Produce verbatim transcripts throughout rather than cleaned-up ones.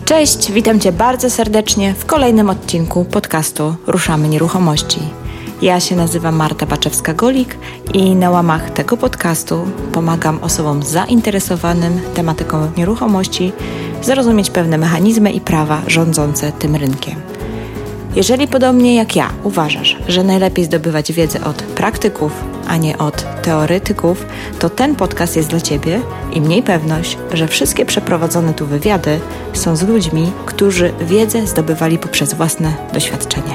Cześć, witam Cię bardzo serdecznie w kolejnym odcinku podcastu Ruszamy Nieruchomości. Ja się nazywam Marta Baczewska-Golik i na łamach tego podcastu pomagam osobom zainteresowanym tematyką nieruchomości zrozumieć pewne mechanizmy i prawa rządzące tym rynkiem. Jeżeli podobnie jak ja uważasz, że najlepiej zdobywać wiedzę od praktyków, a nie od teoretyków, to ten podcast jest dla Ciebie i miej pewność, że wszystkie przeprowadzone tu wywiady są z ludźmi, którzy wiedzę zdobywali poprzez własne doświadczenie.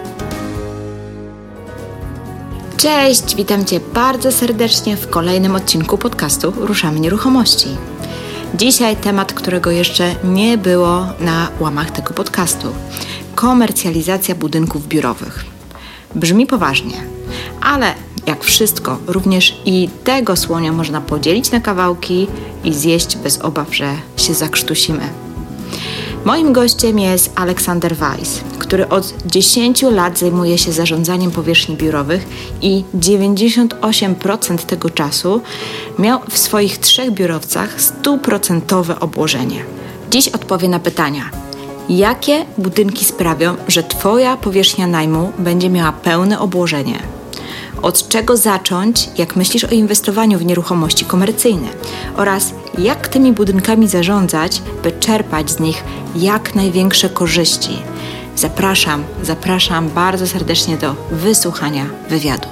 Cześć, witam Cię bardzo serdecznie w kolejnym odcinku podcastu Ruszamy Nieruchomości. Dzisiaj temat, którego jeszcze nie było na łamach tego podcastu. Komercjalizacja budynków biurowych. Brzmi poważnie, ale jak wszystko, również i tego słonia można podzielić na kawałki i zjeść bez obaw, że się zakrztusimy. Moim gościem jest Aleksander Weiss, który od dziesięciu lat zajmuje się zarządzaniem powierzchni biurowych i dziewięćdziesiąt osiem procent tego czasu miał w swoich trzech biurowcach stuprocentowe obłożenie. Dziś odpowie na pytania. Jakie budynki sprawią, że Twoja powierzchnia najmu będzie miała pełne obłożenie? Od czego zacząć, jak myślisz o inwestowaniu w nieruchomości komercyjne? Oraz jak tymi budynkami zarządzać, by czerpać z nich jak największe korzyści? Zapraszam, zapraszam bardzo serdecznie do wysłuchania wywiadu.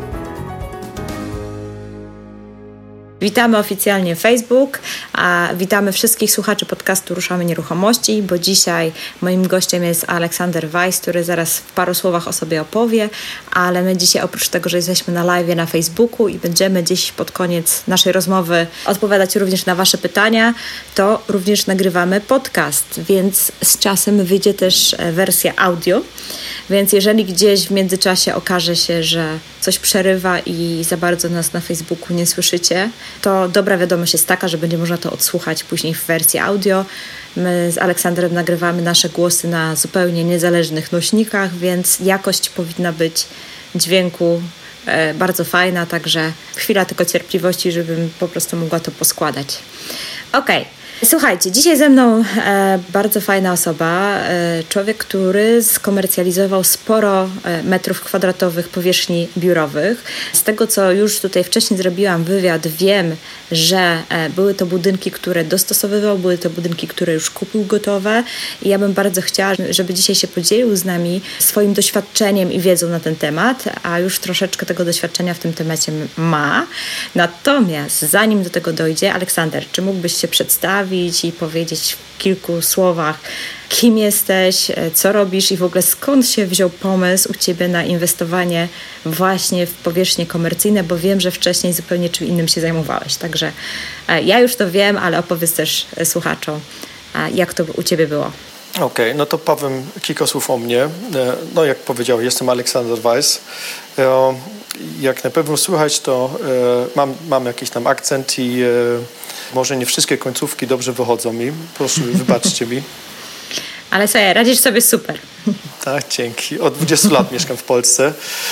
Witamy oficjalnie Facebook, a witamy wszystkich słuchaczy podcastu Ruszamy Nieruchomości, bo dzisiaj moim gościem jest Aleksander Weiss, który zaraz w paru słowach o sobie opowie, ale my dzisiaj oprócz tego, że jesteśmy na live na Facebooku i będziemy dziś pod koniec naszej rozmowy odpowiadać również na Wasze pytania, to również nagrywamy podcast, więc z czasem wyjdzie też wersja audio, więc jeżeli gdzieś w międzyczasie okaże się, że coś przerywa i za bardzo nas na Facebooku nie słyszycie, to dobra wiadomość jest taka, że będzie można to odsłuchać później w wersji audio. My z Aleksandrem nagrywamy nasze głosy na zupełnie niezależnych nośnikach, więc jakość powinna być dźwięku e, bardzo fajna, także chwila tylko cierpliwości, żebym po prostu mogła to poskładać. Okej. Okay. Słuchajcie, dzisiaj ze mną e, bardzo fajna osoba, e, człowiek, który skomercjalizował sporo e, metrów kwadratowych powierzchni biurowych. Z tego, co już tutaj wcześniej zrobiłam wywiad, wiem, że e, były to budynki, które dostosowywał, były to budynki, które już kupił gotowe i ja bym bardzo chciała, żeby dzisiaj się podzielił z nami swoim doświadczeniem i wiedzą na ten temat, a już troszeczkę tego doświadczenia w tym temacie ma. Natomiast zanim do tego dojdzie, Aleksander, czy mógłbyś się przedstawić i powiedzieć w kilku słowach, kim jesteś, co robisz i w ogóle skąd się wziął pomysł u Ciebie na inwestowanie właśnie w powierzchnie komercyjne, bo wiem, że wcześniej zupełnie czym innym się zajmowałeś. Także ja już to wiem, ale opowiedz też słuchaczom, jak to u Ciebie było. Okej, okay, no to powiem kilka słów o mnie. No jak powiedział, jestem Aleksander Weiss. Jak na pewno słychać, to mam, mam jakiś tam akcent i może nie wszystkie końcówki dobrze wychodzą mi. Proszę, wybaczcie mi. Ale słuchaj, radzisz sobie super. Tak, dzięki. Od dwudziestu lat mieszkam w Polsce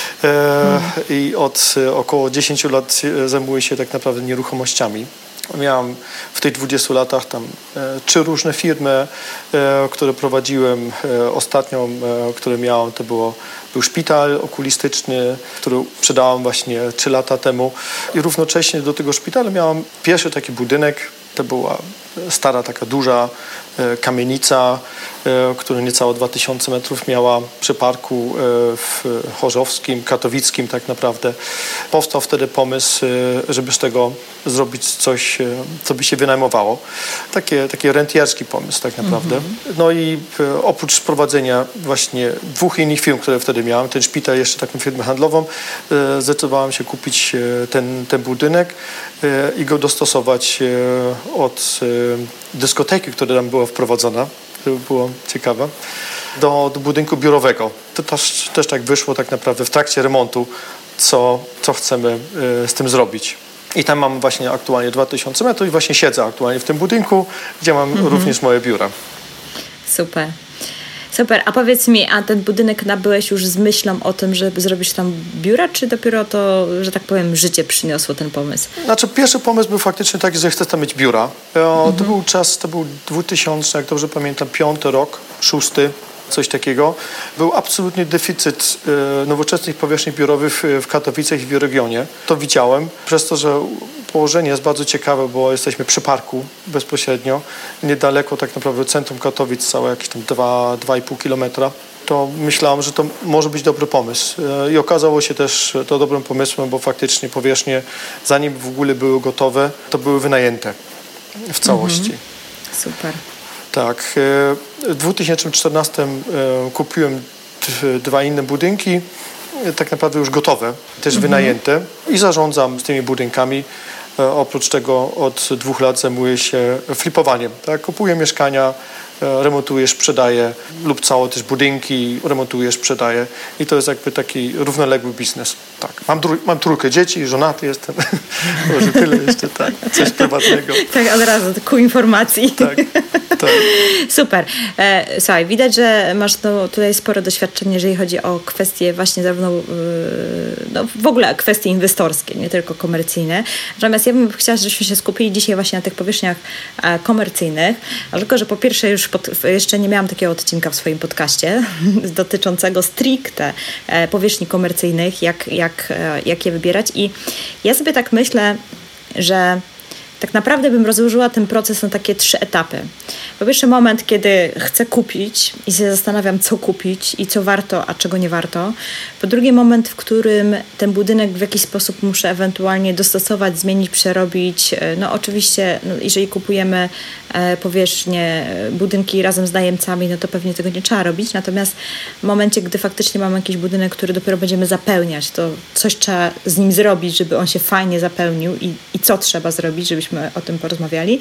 e, i od około dziesięciu lat zajmuję się tak naprawdę nieruchomościami. Miałem w tych dwudziestu latach tam e, trzy różne firmy, e, które prowadziłem. E, ostatnią, e, które miałem, to było, był szpital okulistyczny, który sprzedałem właśnie trzy lata temu. I równocześnie do tego szpitala miałem pierwszy taki budynek. To była stara, taka duża e, kamienica, e, która niecałe dwa tysiące metrów miała przy parku e, w Chorzowskim, Katowickim tak naprawdę. Powstał wtedy pomysł, e, żeby z tego zrobić coś, e, co by się wynajmowało. Takie, taki rentierski pomysł tak naprawdę. Mm-hmm. No i e, oprócz prowadzenia właśnie dwóch innych firm, które wtedy miałem, ten szpital, jeszcze taką firmę handlową, e, zdecydowałem się kupić e, ten, ten budynek e, i go dostosować e, od y, dyskoteki, która tam była wprowadzona, to było ciekawe, do, do budynku biurowego. To też, też tak wyszło tak naprawdę w trakcie remontu, co, co chcemy y, z tym zrobić. I tam mam właśnie aktualnie dwa tysiące metrów i właśnie siedzę aktualnie w tym budynku, gdzie mam mhm. również moje biura. Super. Super, a powiedz mi, a ten budynek nabyłeś już z myślą o tym, żeby zrobić tam biura, czy dopiero to, że tak powiem, życie przyniosło ten pomysł? Znaczy, pierwszy pomysł był faktycznie taki, że chcę tam mieć biura. Mhm. To był czas, to był dwutysięczny, jak dobrze pamiętam, piąty rok, szósty, coś takiego. Był absolutny deficyt e, nowoczesnych powierzchni biurowych w, w Katowicach i w regionie. To widziałem, przez to, że położenie jest bardzo ciekawe, bo jesteśmy przy parku bezpośrednio, niedaleko tak naprawdę centrum Katowic, całe jakieś tam dwa i pół kilometra. To myślałem, że to może być dobry pomysł. I okazało się też to dobrym pomysłem, bo faktycznie powierzchnie, zanim w ogóle były gotowe, to były wynajęte w całości. Mhm. Super. Tak. W dwa tysiące czternastym kupiłem dwa inne budynki, tak naprawdę już gotowe, też mhm. wynajęte i zarządzam z tymi budynkami. Oprócz tego od dwóch lat zajmuję się flipowaniem. Tak? Kupuję mieszkania, remontuję, sprzedaję lub całe też budynki remontuję, sprzedaję i to jest jakby taki równoległy biznes. Tak. Mam, trój, mam trójkę dzieci, żonaty jestem, może tyle jeszcze, tak, coś prywatnego. Tak, od razu ku informacji. Tak, tak. Super. E, słuchaj, widać, że masz to, tutaj spore doświadczenie, jeżeli chodzi o kwestie właśnie zarówno yy, no, w ogóle kwestie inwestorskie, nie tylko komercyjne. Natomiast ja bym chciała, żebyśmy się skupili dzisiaj właśnie na tych powierzchniach e, komercyjnych, a tylko, że po pierwsze już pod, jeszcze nie miałam takiego odcinka w swoim podcaście dotyczącego stricte e, powierzchni komercyjnych, jak, jak, e, jak je wybierać i ja sobie tak myślę, że tak naprawdę bym rozłożyła ten proces na takie trzy etapy. Po pierwsze moment, kiedy chcę kupić i się zastanawiam, co kupić i co warto, a czego nie warto. Po drugie moment, w którym ten budynek w jakiś sposób muszę ewentualnie dostosować, zmienić, przerobić. No oczywiście, no, jeżeli kupujemy e, powierzchnię, budynki razem z najemcami, no to pewnie tego nie trzeba robić. Natomiast w momencie, gdy faktycznie mamy jakiś budynek, który dopiero będziemy zapełniać, to coś trzeba z nim zrobić, żeby on się fajnie zapełnił i, i co trzeba zrobić, żebyśmy o tym porozmawiali.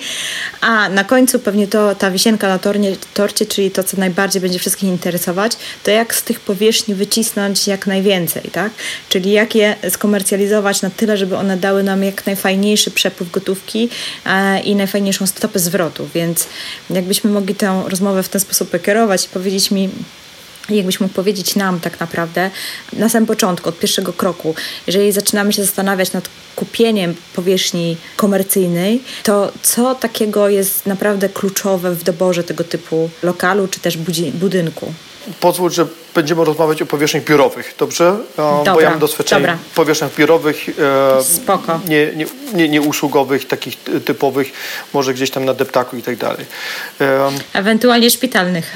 A na końcu pewnie to ta wisienka na tornie, torcie, czyli to, co najbardziej będzie wszystkich interesować, to jak z tych powierzchni wycisnąć jak najwięcej, tak? Czyli jak je skomercjalizować na tyle, żeby one dały nam jak najfajniejszy przepływ gotówki e, i najfajniejszą stopę zwrotu. Więc jakbyśmy mogli tę rozmowę w ten sposób pokierować i powiedzieć mi, jakbyś mógł powiedzieć nam tak naprawdę na samym początku, od pierwszego kroku, jeżeli zaczynamy się zastanawiać nad kupieniem powierzchni komercyjnej, to co takiego jest naprawdę kluczowe w doborze tego typu lokalu czy też budynku? Pozwól, że będziemy rozmawiać o powierzchniach biurowych, dobrze? Dobra, Bo ja mam doświadczenie w powierzchniach biurowych, e, Spoko. Nie, nie, nie, nie usługowych, takich typowych, może gdzieś tam na deptaku i tak dalej. E, Ewentualnie szpitalnych.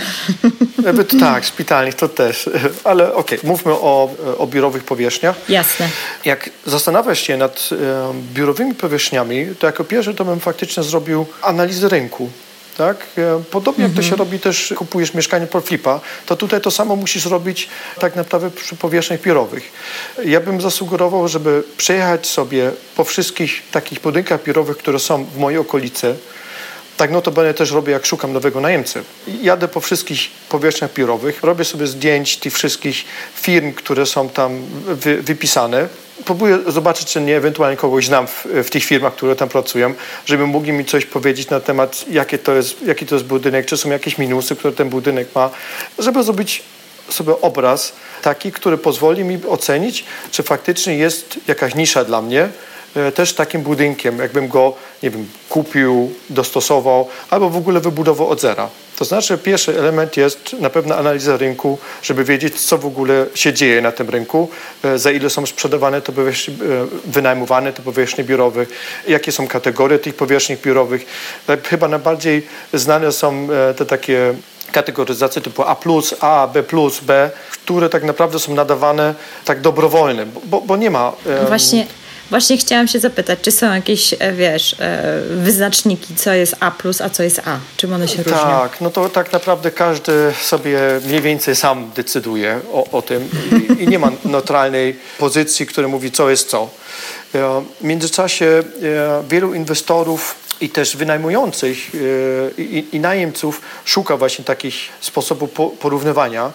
E, tak, szpitalnych to też, ale okej, okay, mówmy o, o biurowych powierzchniach. Jasne. Jak zastanawiasz się nad e, biurowymi powierzchniami, to jako pierwsze to bym faktycznie zrobił analizę rynku. Tak? Podobnie jak to się robi też, kupujesz mieszkanie pod flipa, to tutaj to samo musisz robić tak naprawdę przy powierzchniach biurowych. Ja bym zasugerował, żeby przejechać sobie po wszystkich takich budynkach biurowych, które są w mojej okolicy. Tak notabene też robię, jak szukam nowego najemcy. Jadę po wszystkich powierzchniach biurowych, robię sobie zdjęć tych wszystkich firm, które są tam wy, wypisane. Próbuję zobaczyć, czy nie ewentualnie kogoś znam w, w tych firmach, które tam pracują, żeby mogli mi coś powiedzieć na temat, jakie to jest, jaki to jest budynek, czy są jakieś minusy, które ten budynek ma, żeby zrobić sobie obraz taki, który pozwoli mi ocenić, czy faktycznie jest jakaś nisza dla mnie, też takim budynkiem, jakbym go, nie wiem, kupił, dostosował, albo w ogóle wybudował od zera. To znaczy, pierwszy element jest na pewno analiza rynku, żeby wiedzieć, co w ogóle się dzieje na tym rynku, za ile są sprzedawane te powierzchnie, wynajmowane te powierzchnie biurowe, jakie są kategorie tych powierzchni biurowych. Chyba najbardziej znane są te takie kategoryzacje typu A plus, A, B plus, B, które tak naprawdę są nadawane tak dobrowolnie, bo, bo nie ma... Um, Właśnie... Właśnie chciałam się zapytać, czy są jakieś, wiesz, wyznaczniki, co jest A plus, a co jest A? Czym one się różnią? Tak, no to tak naprawdę każdy sobie mniej więcej sam decyduje o, o tym i, i nie ma neutralnej pozycji, która mówi, co jest co. W międzyczasie wielu inwestorów i też wynajmujących i, i najemców szuka właśnie takich sposobów porównywania.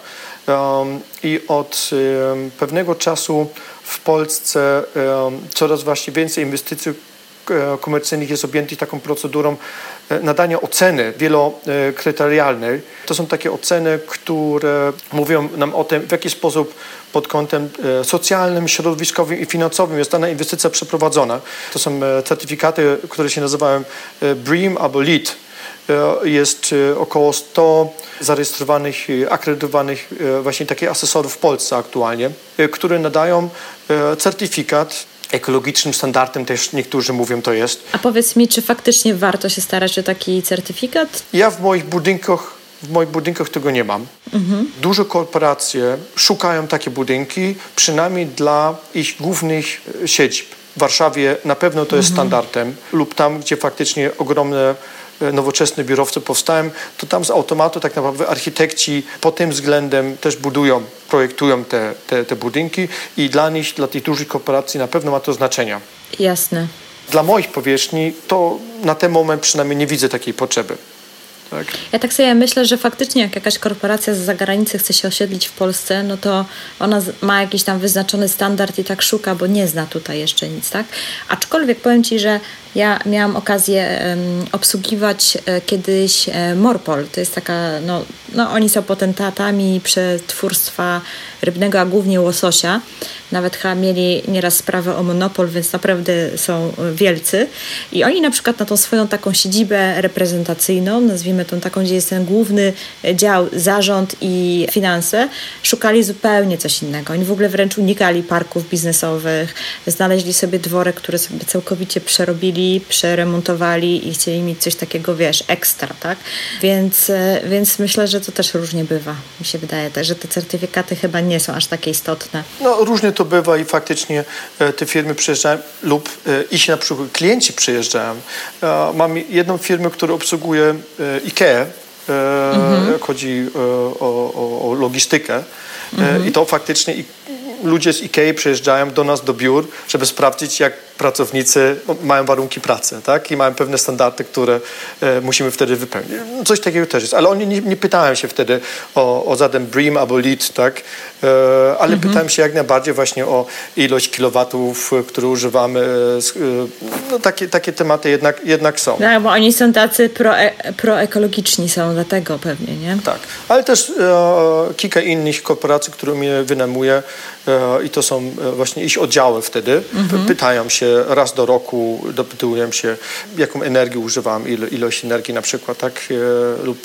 I od pewnego czasu w Polsce coraz właśnie więcej inwestycji komercyjnych jest objętych taką procedurą nadania oceny wielokryterialnej. To są takie oceny, które mówią nam o tym, w jaki sposób pod kątem socjalnym, środowiskowym i finansowym jest dana inwestycja przeprowadzona. To są certyfikaty, które się nazywają B R E A M albo LEED. Jest około sto zarejestrowanych, akredytowanych właśnie takich asesorów w Polsce aktualnie, które nadają certyfikat ekologicznym standardem, też niektórzy mówią to jest. A powiedz mi, czy faktycznie warto się starać o taki certyfikat? Ja w moich budynkach, w moich budynkach tego nie mam. Mhm. Duże korporacje szukają takie budynki, przynajmniej dla ich głównych siedzib. W Warszawie na pewno to jest mhm. standardem, lub tam, gdzie faktycznie ogromne nowoczesne biurowce powstają, to tam z automatu tak naprawdę architekci pod tym względem też budują, projektują te, te, te budynki i dla nich, dla tych dużych korporacji na pewno ma to znaczenie. Jasne. Dla moich powierzchni to na ten moment przynajmniej nie widzę takiej potrzeby. Tak. Ja tak sobie myślę, że faktycznie jak jakaś korporacja z zagranicy chce się osiedlić w Polsce, no to ona ma jakiś tam wyznaczony standard i tak szuka, bo nie zna tutaj jeszcze nic, tak? Aczkolwiek powiem Ci, że ja miałam okazję um, obsługiwać e, kiedyś e, Morpol. To jest taka, no, no oni są potentatami przetwórstwa rybnego, a głównie łososia. Nawet chyba mieli nieraz sprawę o monopol, więc naprawdę są wielcy. I oni na przykład na tą swoją taką siedzibę reprezentacyjną, nazwijmy tą taką, gdzie jest ten główny dział, zarząd i finanse, szukali zupełnie coś innego. Oni w ogóle wręcz unikali parków biznesowych, znaleźli sobie dworek, który sobie całkowicie przerobili, przeremontowali i chcieli mieć coś takiego, wiesz, ekstra, tak? Więc, więc myślę, że to też różnie bywa. Mi się wydaje, że te certyfikaty chyba nie są aż takie istotne. No różnie to bywa i faktycznie e, te firmy przyjeżdżają lub e, ich na przykład klienci przyjeżdżają. E, mam jedną firmę, która obsługuje e, IKEA, e, mhm. jak chodzi e, o, o, o logistykę e, mhm. i to faktycznie i, ludzie z IKEA przyjeżdżają do nas do biur, żeby sprawdzić, jak pracownicy mają warunki pracy, tak? I mają pewne standardy, które e, musimy wtedy wypełnić. Coś takiego też jest. Ale oni nie, nie pytają się wtedy o, o żaden B R E A M albo LEED, tak? E, ale mhm. pytają się jak najbardziej właśnie o ilość kilowatów, które używamy. E, no, takie, takie tematy jednak, jednak są. No, bo oni są tacy pro, proekologiczni są, dlatego pewnie, nie? Tak. Ale też e, kilka innych korporacji, które mnie wynajmuje e, i to są właśnie ich oddziały wtedy, mhm. pytają się raz do roku, dopytuję się, jaką energię używam, ilo, ilość energii na przykład, tak, e, lub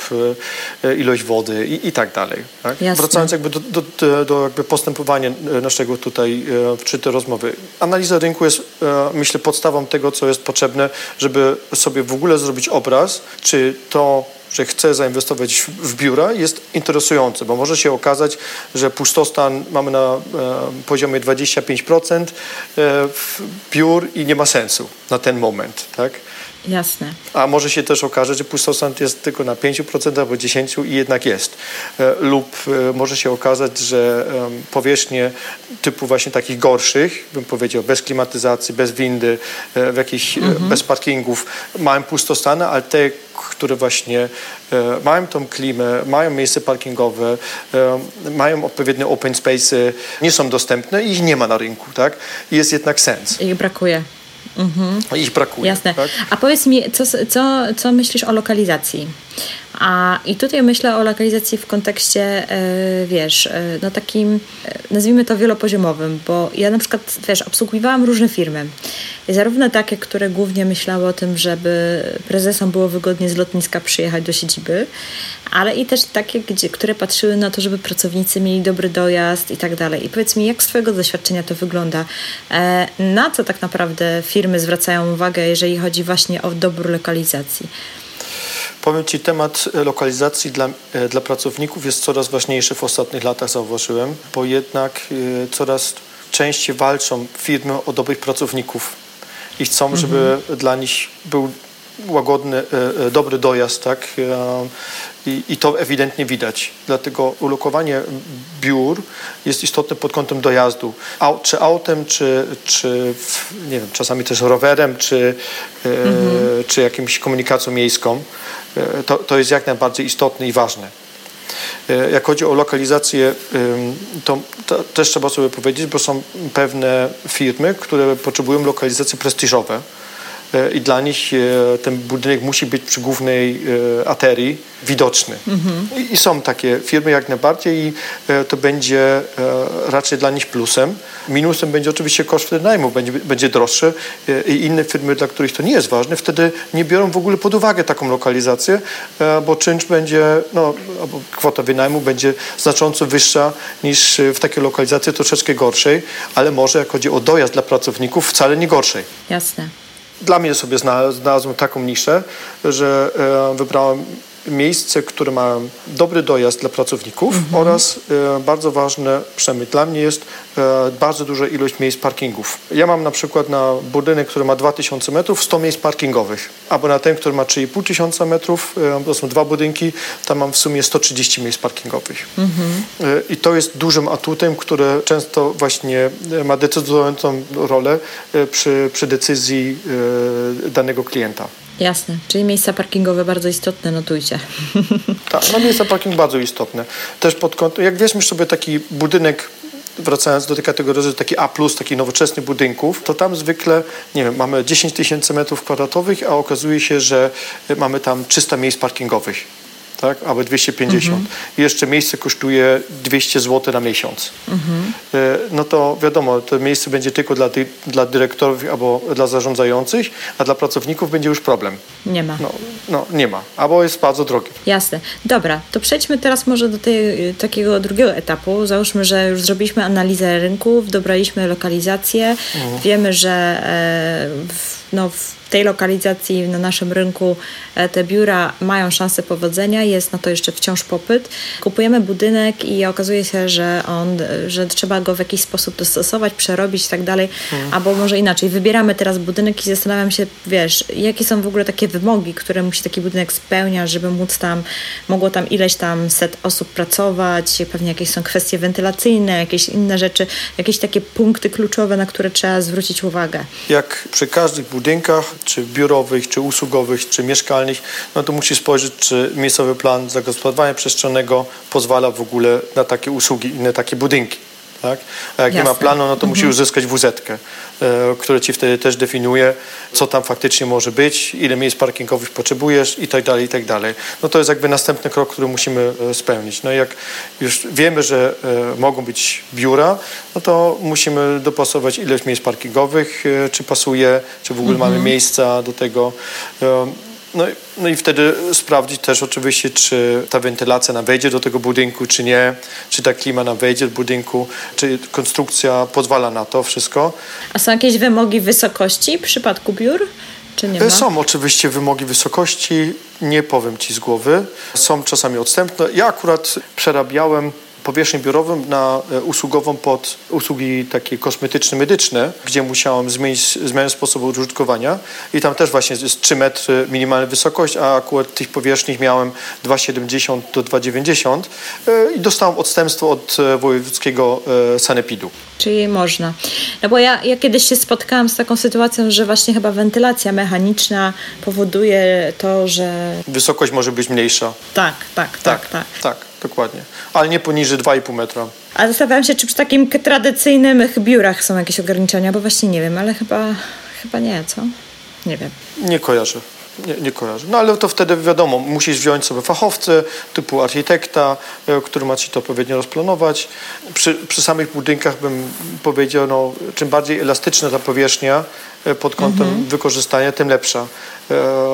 e, ilość wody i, i tak dalej. Tak? Wracając jakby do, do, do, do jakby postępowania naszego tutaj e, czy tej rozmowy. Analiza rynku jest, e, myślę, podstawą tego, co jest potrzebne, żeby sobie w ogóle zrobić obraz, czy to, że chce zainwestować w, w biura, jest interesujące, bo może się okazać, że pustostan mamy na e, poziomie dwadzieścia pięć procent e, biur i nie ma sensu na ten moment, tak? Jasne. A może się też okazać, że pustostan jest tylko na pięć procent albo dziesięć procent i jednak jest. E, lub e, może się okazać, że e, powierzchnie typu właśnie takich gorszych, bym powiedział, bez klimatyzacji, bez windy, e, w jakichś, mhm. e, bez parkingów, mają pustostany, ale te, które właśnie e, mają tą klimę, mają miejsce parkingowe, e, mają odpowiednie open space'y, nie są dostępne i ich nie ma na rynku, tak? I jest jednak sens. Ich brakuje. Mhm. Ich brakuje. Jasne. Tak? A powiedz mi, co, co, co myślisz o lokalizacji? A, I tutaj myślę o lokalizacji w kontekście, yy, wiesz, yy, no takim, yy, nazwijmy to wielopoziomowym, bo ja na przykład, wiesz, obsługiwałam różne firmy. I zarówno takie, które głównie myślały o tym, żeby prezesom było wygodnie z lotniska przyjechać do siedziby, ale i też takie, gdzie, które patrzyły na to, żeby pracownicy mieli dobry dojazd i tak dalej. I powiedz mi, jak z twojego doświadczenia to wygląda? E, na co tak naprawdę firmy zwracają uwagę, jeżeli chodzi właśnie o dobór lokalizacji? Powiem Ci, temat lokalizacji dla, dla pracowników jest coraz ważniejszy w ostatnich latach, zauważyłem, bo jednak y, coraz częściej walczą firmy o dobrych pracowników i chcą, mhm. żeby dla nich był łagodny, y, dobry dojazd, tak? Y, i, I to ewidentnie widać. Dlatego ulokowanie biur jest istotne pod kątem dojazdu. Au, czy autem, czy, czy nie wiem, czasami też rowerem, czy, y, mhm. czy jakimś komunikacją miejską. To, to jest jak najbardziej istotne i ważne. Jak chodzi o lokalizację, to, to też trzeba sobie powiedzieć, bo są pewne firmy, które potrzebują lokalizacji prestiżowe. i dla nich ten budynek musi być przy głównej arterii widoczny. Mhm. I, I są takie firmy jak najbardziej i to będzie raczej dla nich plusem. Minusem będzie oczywiście koszt wynajmu, będzie, będzie droższy i inne firmy, dla których to nie jest ważne, wtedy nie biorą w ogóle pod uwagę taką lokalizację, bo czynsz będzie, no, albo kwota wynajmu będzie znacząco wyższa niż w takiej lokalizacji troszeczkę gorszej, ale może jak chodzi o dojazd dla pracowników wcale nie gorszej. Jasne. Dla mnie sobie znalazłem taką niszę, że wybrałem miejsce, które ma dobry dojazd dla pracowników mhm. oraz e, bardzo ważne, przynajmniej dla mnie jest e, bardzo duża ilość miejsc parkingów. Ja mam na przykład na budynek, który ma dwa tysiące metrów, sto miejsc parkingowych, albo na ten, który ma trzy i pół tysiąca metrów, e, to są dwa budynki, tam mam w sumie sto trzydzieści miejsc parkingowych. Mhm. E, I to jest dużym atutem, który często właśnie ma decydującą rolę e, przy, przy decyzji e, danego klienta. Jasne, czyli miejsca parkingowe bardzo istotne, notujcie. Tak, no miejsca parking bardzo istotne. Też pod kątem, jak weźmiemy sobie taki budynek, wracając do tej kategorii, taki A plus, takich nowoczesnych budynków, to tam zwykle, nie wiem, mamy dziesięć tysięcy metrów kwadratowych, a okazuje się, że mamy tam trzysta miejsc parkingowych. Tak? Albo dwieście pięćdziesiąt. Mhm. I jeszcze miejsce kosztuje dwieście złotych na miesiąc. Mhm. No to wiadomo, to miejsce będzie tylko dla, dy, dla dyrektorów albo dla zarządzających, a dla pracowników będzie już problem. Nie ma. No, no nie ma, albo jest bardzo drogie. Jasne. Dobra, to przejdźmy teraz może do tej, takiego drugiego etapu. Załóżmy, że już zrobiliśmy analizę rynków, dobraliśmy lokalizację. Mhm. Wiemy, że e, w, no, w tej lokalizacji na naszym rynku te biura mają szansę powodzenia, jest na to jeszcze wciąż popyt. Kupujemy budynek i okazuje się, że on, że trzeba go w jakiś sposób dostosować, przerobić i tak dalej, hmm. albo może inaczej. Wybieramy teraz budynek i zastanawiam się, wiesz, jakie są w ogóle takie wymogi, które musi taki budynek spełniać, żeby móc tam, mogło tam ileś tam set osób pracować, pewnie jakieś są kwestie wentylacyjne, jakieś inne rzeczy, jakieś takie punkty kluczowe, na które trzeba zwrócić uwagę. Jak przy każdych budynkach, czy biurowych, czy usługowych, czy mieszkalnych, no to musi spojrzeć, czy miejscowy plan zagospodarowania przestrzennego pozwala w ogóle na takie usługi i na takie budynki. Tak? A jak Jasne. nie ma planu, no to mhm. musi uzyskać wu zetkę, e, które ci wtedy też definiuje, co tam faktycznie może być, ile miejsc parkingowych potrzebujesz i tak dalej, i tak dalej. No to jest jakby następny krok, który musimy e, spełnić. No i jak już wiemy, że e, mogą być biura, no to musimy dopasować ilość miejsc parkingowych, e, czy pasuje, czy w ogóle mhm. mamy miejsca do tego. E, No, no i wtedy sprawdzić też oczywiście, czy ta wentylacja nam wejdzie do tego budynku, czy nie, czy ta klima nam wejdzie do budynku, czy konstrukcja pozwala na to wszystko. A są jakieś wymogi wysokości w przypadku biur, czy nie ma? Są oczywiście wymogi wysokości, nie powiem ci z głowy. Są czasami odstępne. Ja akurat przerabiałem powierzchnię biurową na usługową pod usługi takie kosmetyczne, medyczne, gdzie musiałem zmienić, zmienić sposób użytkowania i tam też właśnie jest trzy metry minimalna wysokość, a akurat tych powierzchni miałem dwa siedemdziesiąt do dwa dziewięćdziesiąt i dostałem odstępstwo od wojewódzkiego sanepidu. Czyli można. No bo ja, ja kiedyś się spotkałam z taką sytuacją, że właśnie chyba wentylacja mechaniczna powoduje to, że... Wysokość może być mniejsza. Tak, tak, tak, tak. Tak, tak, dokładnie. Ale nie poniżej dwa i pół metra. A zastanawiam się, czy przy takim tradycyjnym biurach są jakieś ograniczenia, bo właśnie nie wiem, ale chyba, chyba nie, co? Nie wiem. Nie kojarzę. Nie, nie kojarzę. No ale to wtedy wiadomo, musisz wziąć sobie fachowcę typu architekta, który ma ci to odpowiednio rozplanować. Przy, przy samych budynkach bym powiedział, no, czym bardziej elastyczna ta powierzchnia pod kątem mhm. wykorzystania, tym lepsza. E,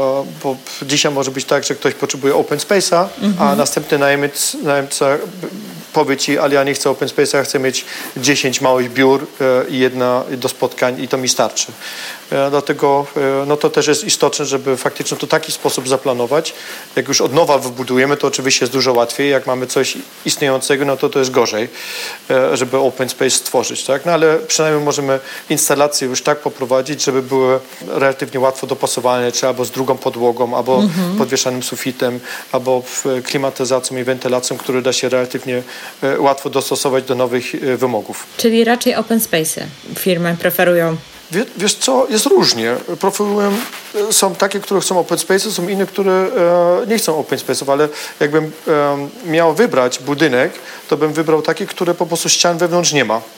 bo dzisiaj może być tak, że ktoś potrzebuje open space'a, mhm. a następny najemca, najemca powie ci, ale ja nie chcę open space'a, ja chcę mieć dziesięć małych biur e, i jedna do spotkań i to mi starczy. E, dlatego e, no to też jest istotne, żeby faktycznie to w taki sposób zaplanować. Jak już od nowa wybudujemy, to oczywiście jest dużo łatwiej. Jak mamy coś istniejącego, no to to jest gorzej, e, żeby open space stworzyć. Tak? No ale przynajmniej możemy instalacje już tak poprowadzić, żeby były relatywnie łatwo dopasowane, czy albo z drugą podłogą, albo mhm. podwieszanym sufitem, albo klimatyzacją i wentylacją, które da się relatywnie łatwo dostosować do nowych wymogów. Czyli raczej open space'y firmy preferują? Wiesz, wiesz co, jest różnie. Preferują, są takie, które chcą open space'y, są inne, które e, nie chcą open space'ów, ale jakbym e, miał wybrać budynek, to bym wybrał taki, który po prostu ścian wewnątrz nie ma.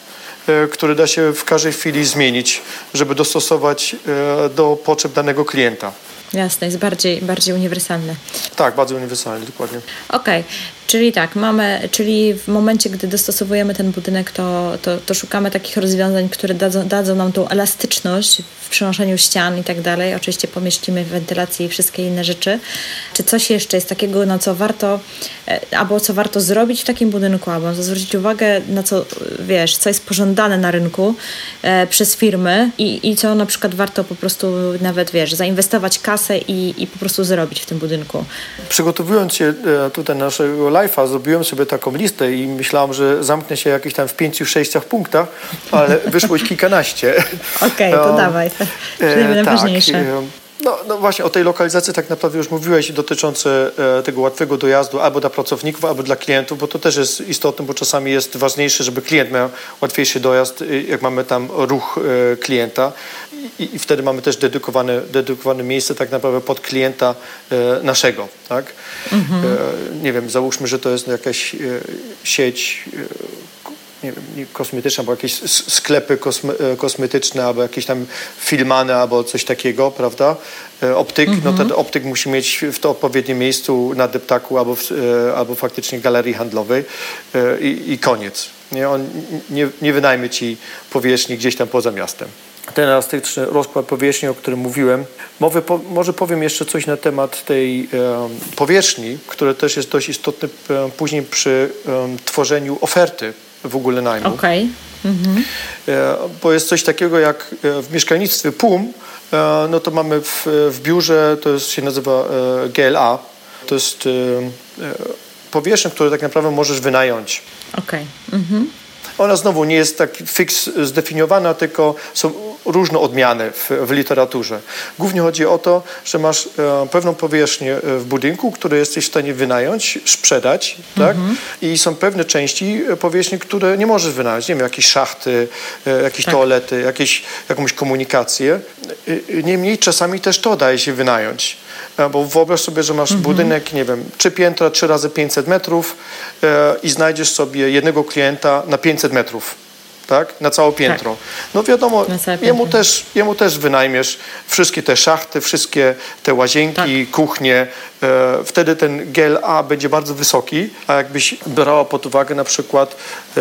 który da się w każdej chwili zmienić, żeby dostosować do potrzeb danego klienta. Jasne, jest bardziej, bardziej uniwersalny. Tak, bardzo uniwersalny, dokładnie. Okej, okay. Czyli tak, mamy, czyli w momencie, gdy dostosowujemy ten budynek, to, to, to szukamy takich rozwiązań, które dadzą, dadzą nam tą elastyczność w przenoszeniu ścian i tak dalej. Oczywiście pomieścimy wentylację i wszystkie inne rzeczy. Czy coś jeszcze jest takiego, na co warto, albo co warto zrobić w takim budynku, albo zwrócić uwagę na co, wiesz, co jest pożądane na rynku e, przez firmy i, i co na przykład warto po prostu nawet, wiesz, zainwestować kasę i, i po prostu zrobić w tym budynku. Przygotowując się e, tutaj naszego live'a, zrobiłem sobie taką listę i myślałam, że zamknę się jakieś tam w pięciu, sześciach punktach, ale wyszło ich kilkanaście. Okej, okay, to um, dawaj, to e, najważniejsze. Tak, e, no, no właśnie o tej lokalizacji tak naprawdę już mówiłeś dotyczące e, tego łatwego dojazdu albo dla pracowników, albo dla klientów, bo to też jest istotne, bo czasami jest ważniejsze, żeby klient miał łatwiejszy dojazd, jak mamy tam ruch e, klienta i, i wtedy mamy też dedykowane, dedykowane miejsce tak naprawdę pod klienta e, naszego, tak? Mhm. E, nie wiem, załóżmy, że to jest jakaś e, sieć e, nie wiem, nie kosmetyczne, albo jakieś sklepy kosme, kosmetyczne, albo jakieś tam filmane, albo coś takiego, prawda? Optyk, mm-hmm. no ten optyk musi mieć w to odpowiednim miejscu na deptaku albo, w, albo faktycznie galerii handlowej i, i koniec. Nie? On nie, nie wynajmie ci powierzchni gdzieś tam poza miastem. Ten elastyczny rozkład powierzchni, o którym mówiłem. Może, po, może powiem jeszcze coś na temat tej e, powierzchni, które też jest dość istotne e, później przy e, tworzeniu oferty w ogóle najmu. Okay. Mhm. E, bo jest coś takiego jak w mieszkalnictwie P U M, e, no to mamy w, w biurze, to jest, się nazywa e, G L A, to jest e, powierzchnia, którą tak naprawdę możesz wynająć. Okej. Okay. Mhm. Ona znowu nie jest tak fix zdefiniowana, tylko są różne odmiany w, w literaturze. Głównie chodzi o to, że masz e, pewną powierzchnię w budynku, którą jesteś w stanie wynająć, sprzedać, tak? Mm-hmm. I są pewne części powierzchni, które nie możesz wynająć. Nie wiem, jakieś szachty, e, jakieś tak. toalety, jakieś, jakąś komunikację. E, niemniej czasami też to daje się wynająć. E, bo wyobraź sobie, że masz mm-hmm. budynek, nie wiem, trzy piętra, trzy razy pięćset metrów e, i znajdziesz sobie jednego klienta na pięćset metrów. Tak? Na całe piętro. Tak. No wiadomo, jemu też, jemu też wynajmiesz wszystkie te szachty, wszystkie te łazienki, tak. kuchnie. E, wtedy ten G L A będzie bardzo wysoki, a jakbyś brała pod uwagę na przykład,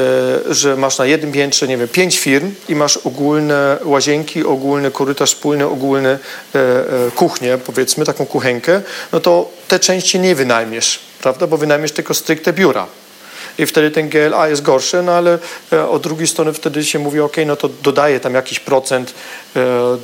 e, że masz na jednym piętrze, nie wiem, pięć firm i masz ogólne łazienki, ogólny korytarz wspólny, ogólne e, e, kuchnię, powiedzmy, taką kuchenkę, no to te części nie wynajmiesz, prawda? Bo wynajmiesz tylko stricte biura. I wtedy ten G L A jest gorszy, no ale e, od drugiej strony wtedy się mówi, ok, no to dodaje tam jakiś procent e,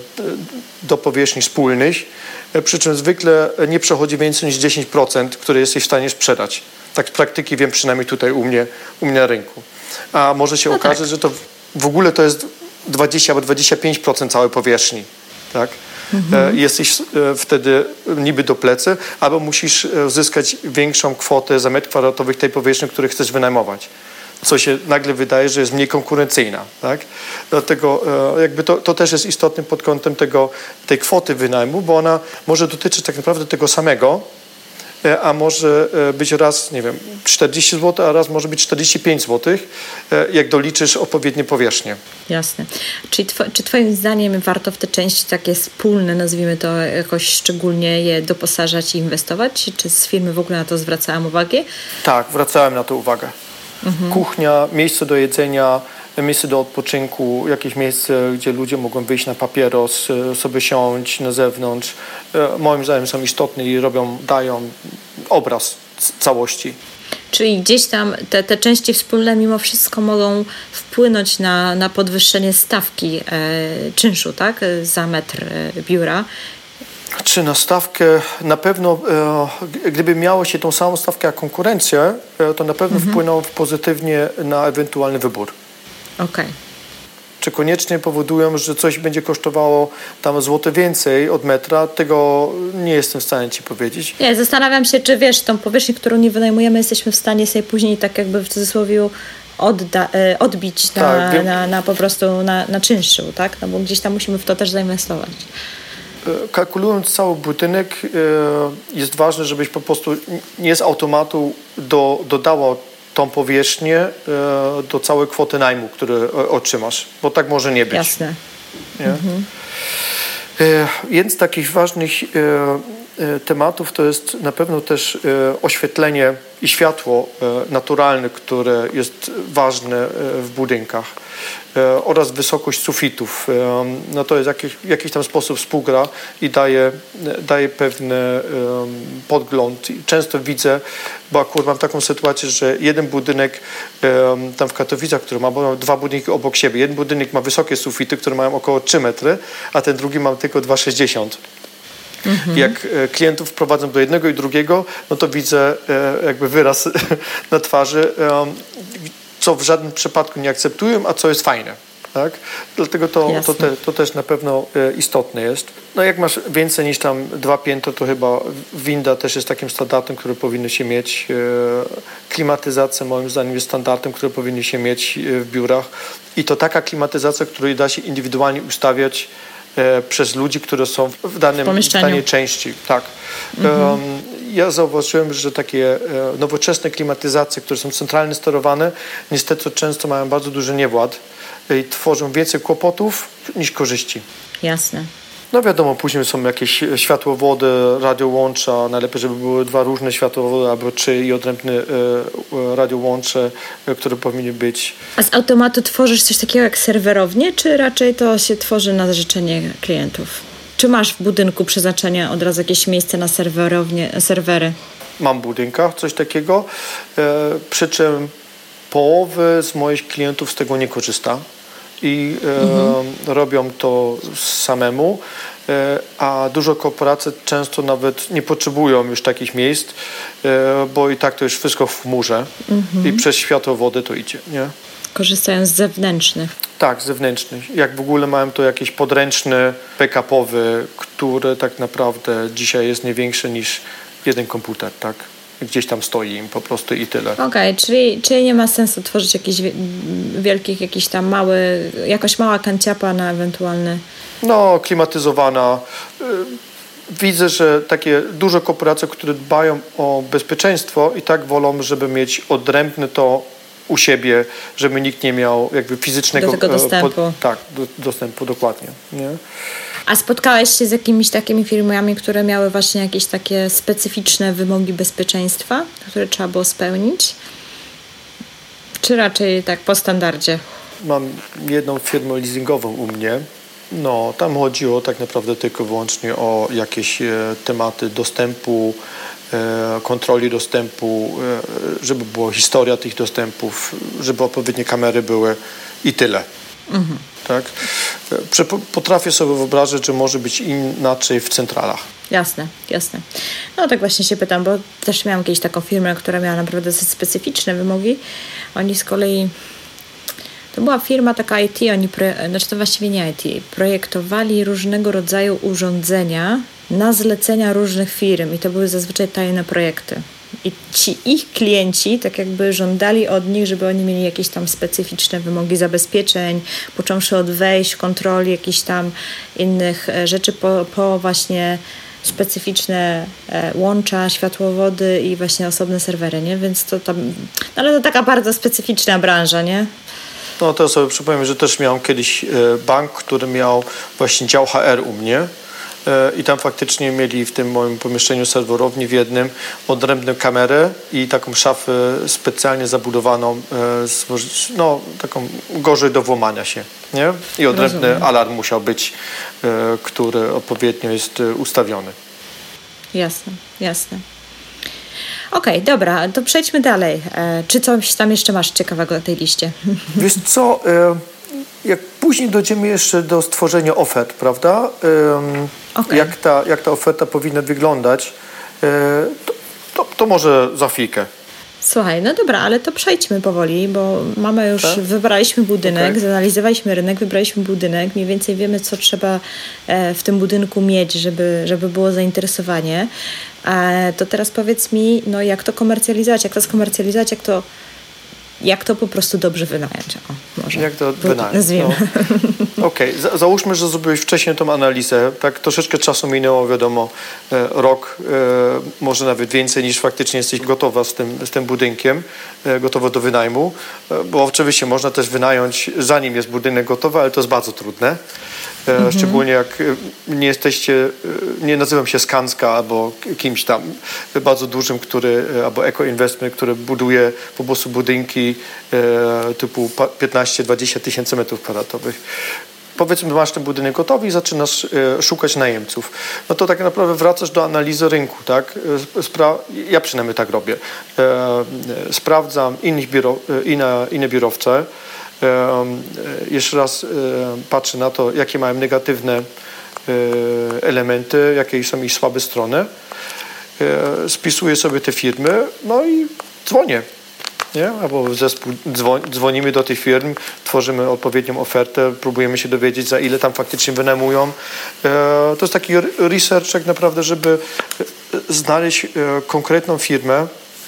do powierzchni wspólnych, e, przy czym zwykle nie przechodzi więcej niż dziesięć procent, które jesteś w stanie sprzedać. Tak z praktyki wiem przynajmniej tutaj u mnie, u mnie na rynku. A może się no okazać, tak. że to w ogóle to jest dwadzieścia albo dwadzieścia pięć procent całej powierzchni, tak? Mhm. Jesteś wtedy niby do plecy, albo musisz uzyskać większą kwotę za metr kwadratowy tej powierzchni, której chcesz wynajmować. Co się nagle wydaje, że jest mniej konkurencyjna. Tak? Dlatego jakby to, to też jest istotne pod kątem tego, tej kwoty wynajmu, bo ona może dotyczyć tak naprawdę tego samego, a może być raz, nie wiem, czterdzieści złotych, a raz może być czterdzieści pięć złotych, jak doliczysz odpowiednie powierzchnie. Jasne. Czy, tw- czy twoim zdaniem warto w te części takie wspólne, nazwijmy to, jakoś szczególnie je doposażać i inwestować? Czy z firmy w ogóle na to zwracałem uwagę? Tak, zwracałem na to uwagę. Mhm. Kuchnia, miejsce do jedzenia, miejsce do odpoczynku, jakieś miejsce, gdzie ludzie mogą wyjść na papieros, sobie siąść na zewnątrz. Moim zdaniem są istotne i robią, dają obraz całości. Czyli gdzieś tam te, te części wspólne mimo wszystko mogą wpłynąć na, na podwyższenie stawki e, czynszu, tak? Za metr e, biura. Czy na stawkę? Na pewno, e, gdyby miało się tą samą stawkę jak konkurencję, e, to na pewno mhm. wpłyną pozytywnie na ewentualny wybór. Okej. Okay. Czy koniecznie powodują, że coś będzie kosztowało tam złote więcej od metra, tego nie jestem w stanie ci powiedzieć. Nie, zastanawiam się, czy wiesz, tą powierzchnię, którą nie wynajmujemy, jesteśmy w stanie sobie później tak jakby w cudzysłowie odda, odbić na, tak, na, na po prostu na, na czynszu, tak? No bo gdzieś tam musimy w to też zainwestować. Kalkulując cały budynek, jest ważne, żebyś po prostu nie z automatu do, dodała tą powierzchnię do całej kwoty najmu, który otrzymasz, bo tak może nie być. Jasne. Nie? Mhm. Jeden z takich ważnych tematów to jest na pewno też oświetlenie i światło naturalne, które jest ważne w budynkach, oraz wysokość sufitów. No to jest jakiś, w jakiś tam sposób współgra i daje, daje pewny podgląd. Często widzę, bo akurat mam taką sytuację, że jeden budynek tam w Katowicach, który ma, bo mam dwa budynki obok siebie, jeden budynek ma wysokie sufity, które mają około trzy metry, a ten drugi ma tylko dwa sześćdziesiąt. Mhm. Jak klientów wprowadzam do jednego i drugiego, no to widzę jakby wyraz na twarzy, co w żadnym przypadku nie akceptują, a co jest fajne. Tak? Dlatego to, to, te, to też na pewno istotne jest. No jak masz więcej niż tam dwa piętra, to chyba winda też jest takim standardem, który powinno się mieć. Klimatyzacja moim zdaniem jest standardem, który powinno się mieć w biurach. I to taka klimatyzacja, której da się indywidualnie ustawiać przez ludzi, którzy są w, danym, w danej części. Tak. Mhm. Um, ja zauważyłem, że takie nowoczesne klimatyzacje, które są centralnie sterowane, niestety często mają bardzo duży niewład i tworzą więcej kłopotów niż korzyści. Jasne. No wiadomo, później są jakieś światłowody, radiołącza, najlepiej, żeby były dwa różne światłowody albo trzy i odrębne e, radiołącze, e, które powinny być. A z automatu tworzysz coś takiego jak serwerownię, czy raczej to się tworzy na życzenie klientów? Czy masz w budynku przeznaczenie od razu jakieś miejsce na serwerownie, serwery? Mam w budynkach coś takiego, e, przy czym połowy z moich klientów z tego nie korzysta. I e, mhm. robią to samemu, e, a dużo korporacji często nawet nie potrzebują już takich miejsc, e, bo i tak to już wszystko w chmurze mhm. i przez światłowody to idzie, nie? Korzystają z zewnętrznych. Tak, zewnętrznych. Jak w ogóle mają to jakiś podręczny, backupowy, który tak naprawdę dzisiaj jest nie większy niż jeden komputer, tak? Gdzieś tam stoi im po prostu i tyle. Okej, okay, czyli, czyli nie ma sensu tworzyć jakichś wielkich, jakiś tam mały, jakaś mała kanciapa na ewentualny... No, klimatyzowana. Widzę, że takie duże korporacje, które dbają o bezpieczeństwo i tak wolą, żeby mieć odrębne to u siebie, żeby nikt nie miał jakby fizycznego... Do tego dostępu. Po, tak, do, dostępu, dokładnie. Nie? A spotkałeś się z jakimiś takimi firmami, które miały właśnie jakieś takie specyficzne wymogi bezpieczeństwa, które trzeba było spełnić? Czy raczej tak po standardzie? Mam jedną firmę leasingową u mnie. No, tam chodziło tak naprawdę tylko wyłącznie o jakieś e, tematy dostępu, e, kontroli dostępu, e, żeby była historia tych dostępów, żeby odpowiednie kamery były i tyle. Mhm. Tak? Potrafię sobie wyobrazić, że może być inaczej w centralach. Jasne, jasne. No tak właśnie się pytam, bo też miałam kiedyś taką firmę, która miała naprawdę dosyć specyficzne wymogi. Oni z kolei, to była firma taka I T, oni, proje- znaczy to właściwie nie I T, projektowali różnego rodzaju urządzenia na zlecenia różnych firm i to były zazwyczaj tajne projekty. I ci ich klienci tak jakby żądali od nich, żeby oni mieli jakieś tam specyficzne wymogi zabezpieczeń, począwszy od wejść, kontroli, jakichś tam innych rzeczy, po, po właśnie specyficzne e, łącza, światłowody i właśnie osobne serwery, nie? Więc to tam, no ale to taka bardzo specyficzna branża, nie? No to sobie przypomnę, że też miałem kiedyś bank, który miał właśnie dział H R u mnie. I tam faktycznie mieli w tym moim pomieszczeniu serwerowni w jednym odrębną kamerę i taką szafę specjalnie zabudowaną, no taką gorzej do włamania się, nie? I odrębny Rozumiem. alarm musiał być, który odpowiednio jest ustawiony. Jasne, jasne. Okej, okay, dobra, to przejdźmy dalej. Czy coś tam jeszcze masz ciekawego na tej liście? Wiesz co, jak później dojdziemy jeszcze do stworzenia ofert, prawda? Okay. Jak ta, jak ta oferta powinna wyglądać, to, to, to może za chwilkę. Słuchaj, no dobra, ale to przejdźmy powoli, bo mamy już, tak? wybraliśmy budynek, okay. zanalizowaliśmy rynek, wybraliśmy budynek, mniej więcej wiemy, co trzeba w tym budynku mieć, żeby, żeby było zainteresowanie. To teraz powiedz mi, no jak to komercjalizować, jak to skomercjalizować, jak to, jak to po prostu dobrze wynająć. O, może. Jak to wynająć? No. Okej, okay. Załóżmy, że zrobiłeś wcześniej tą analizę, tak troszeczkę czasu minęło, wiadomo, rok, może nawet więcej niż faktycznie jesteś gotowa z tym, z tym budynkiem, gotowa do wynajmu, bo oczywiście można też wynająć, zanim jest budynek gotowy, ale to jest bardzo trudne. Mhm. Szczególnie jak nie jesteście, nie nazywam się Skanska albo kimś tam bardzo dużym, który, albo Eco Investment, który buduje po prostu budynki e, typu piętnaście dwadzieścia tysięcy metrów kwadratowych. Powiedzmy, masz ten budynek gotowy i zaczynasz e, szukać najemców. No to tak naprawdę wracasz do analizy rynku, tak? Spra- ja przynajmniej tak robię. E, sprawdzam innych biuro, inne, inne biurowce. Jeszcze raz patrzę na to, jakie mają negatywne elementy, jakie są ich słabe strony. Spisuję sobie te firmy, no i dzwonię. Nie? Albo zespół dzwonimy do tych firm, tworzymy odpowiednią ofertę, próbujemy się dowiedzieć, za ile tam faktycznie wynajmują. To jest taki research tak naprawdę, żeby znaleźć konkretną firmę,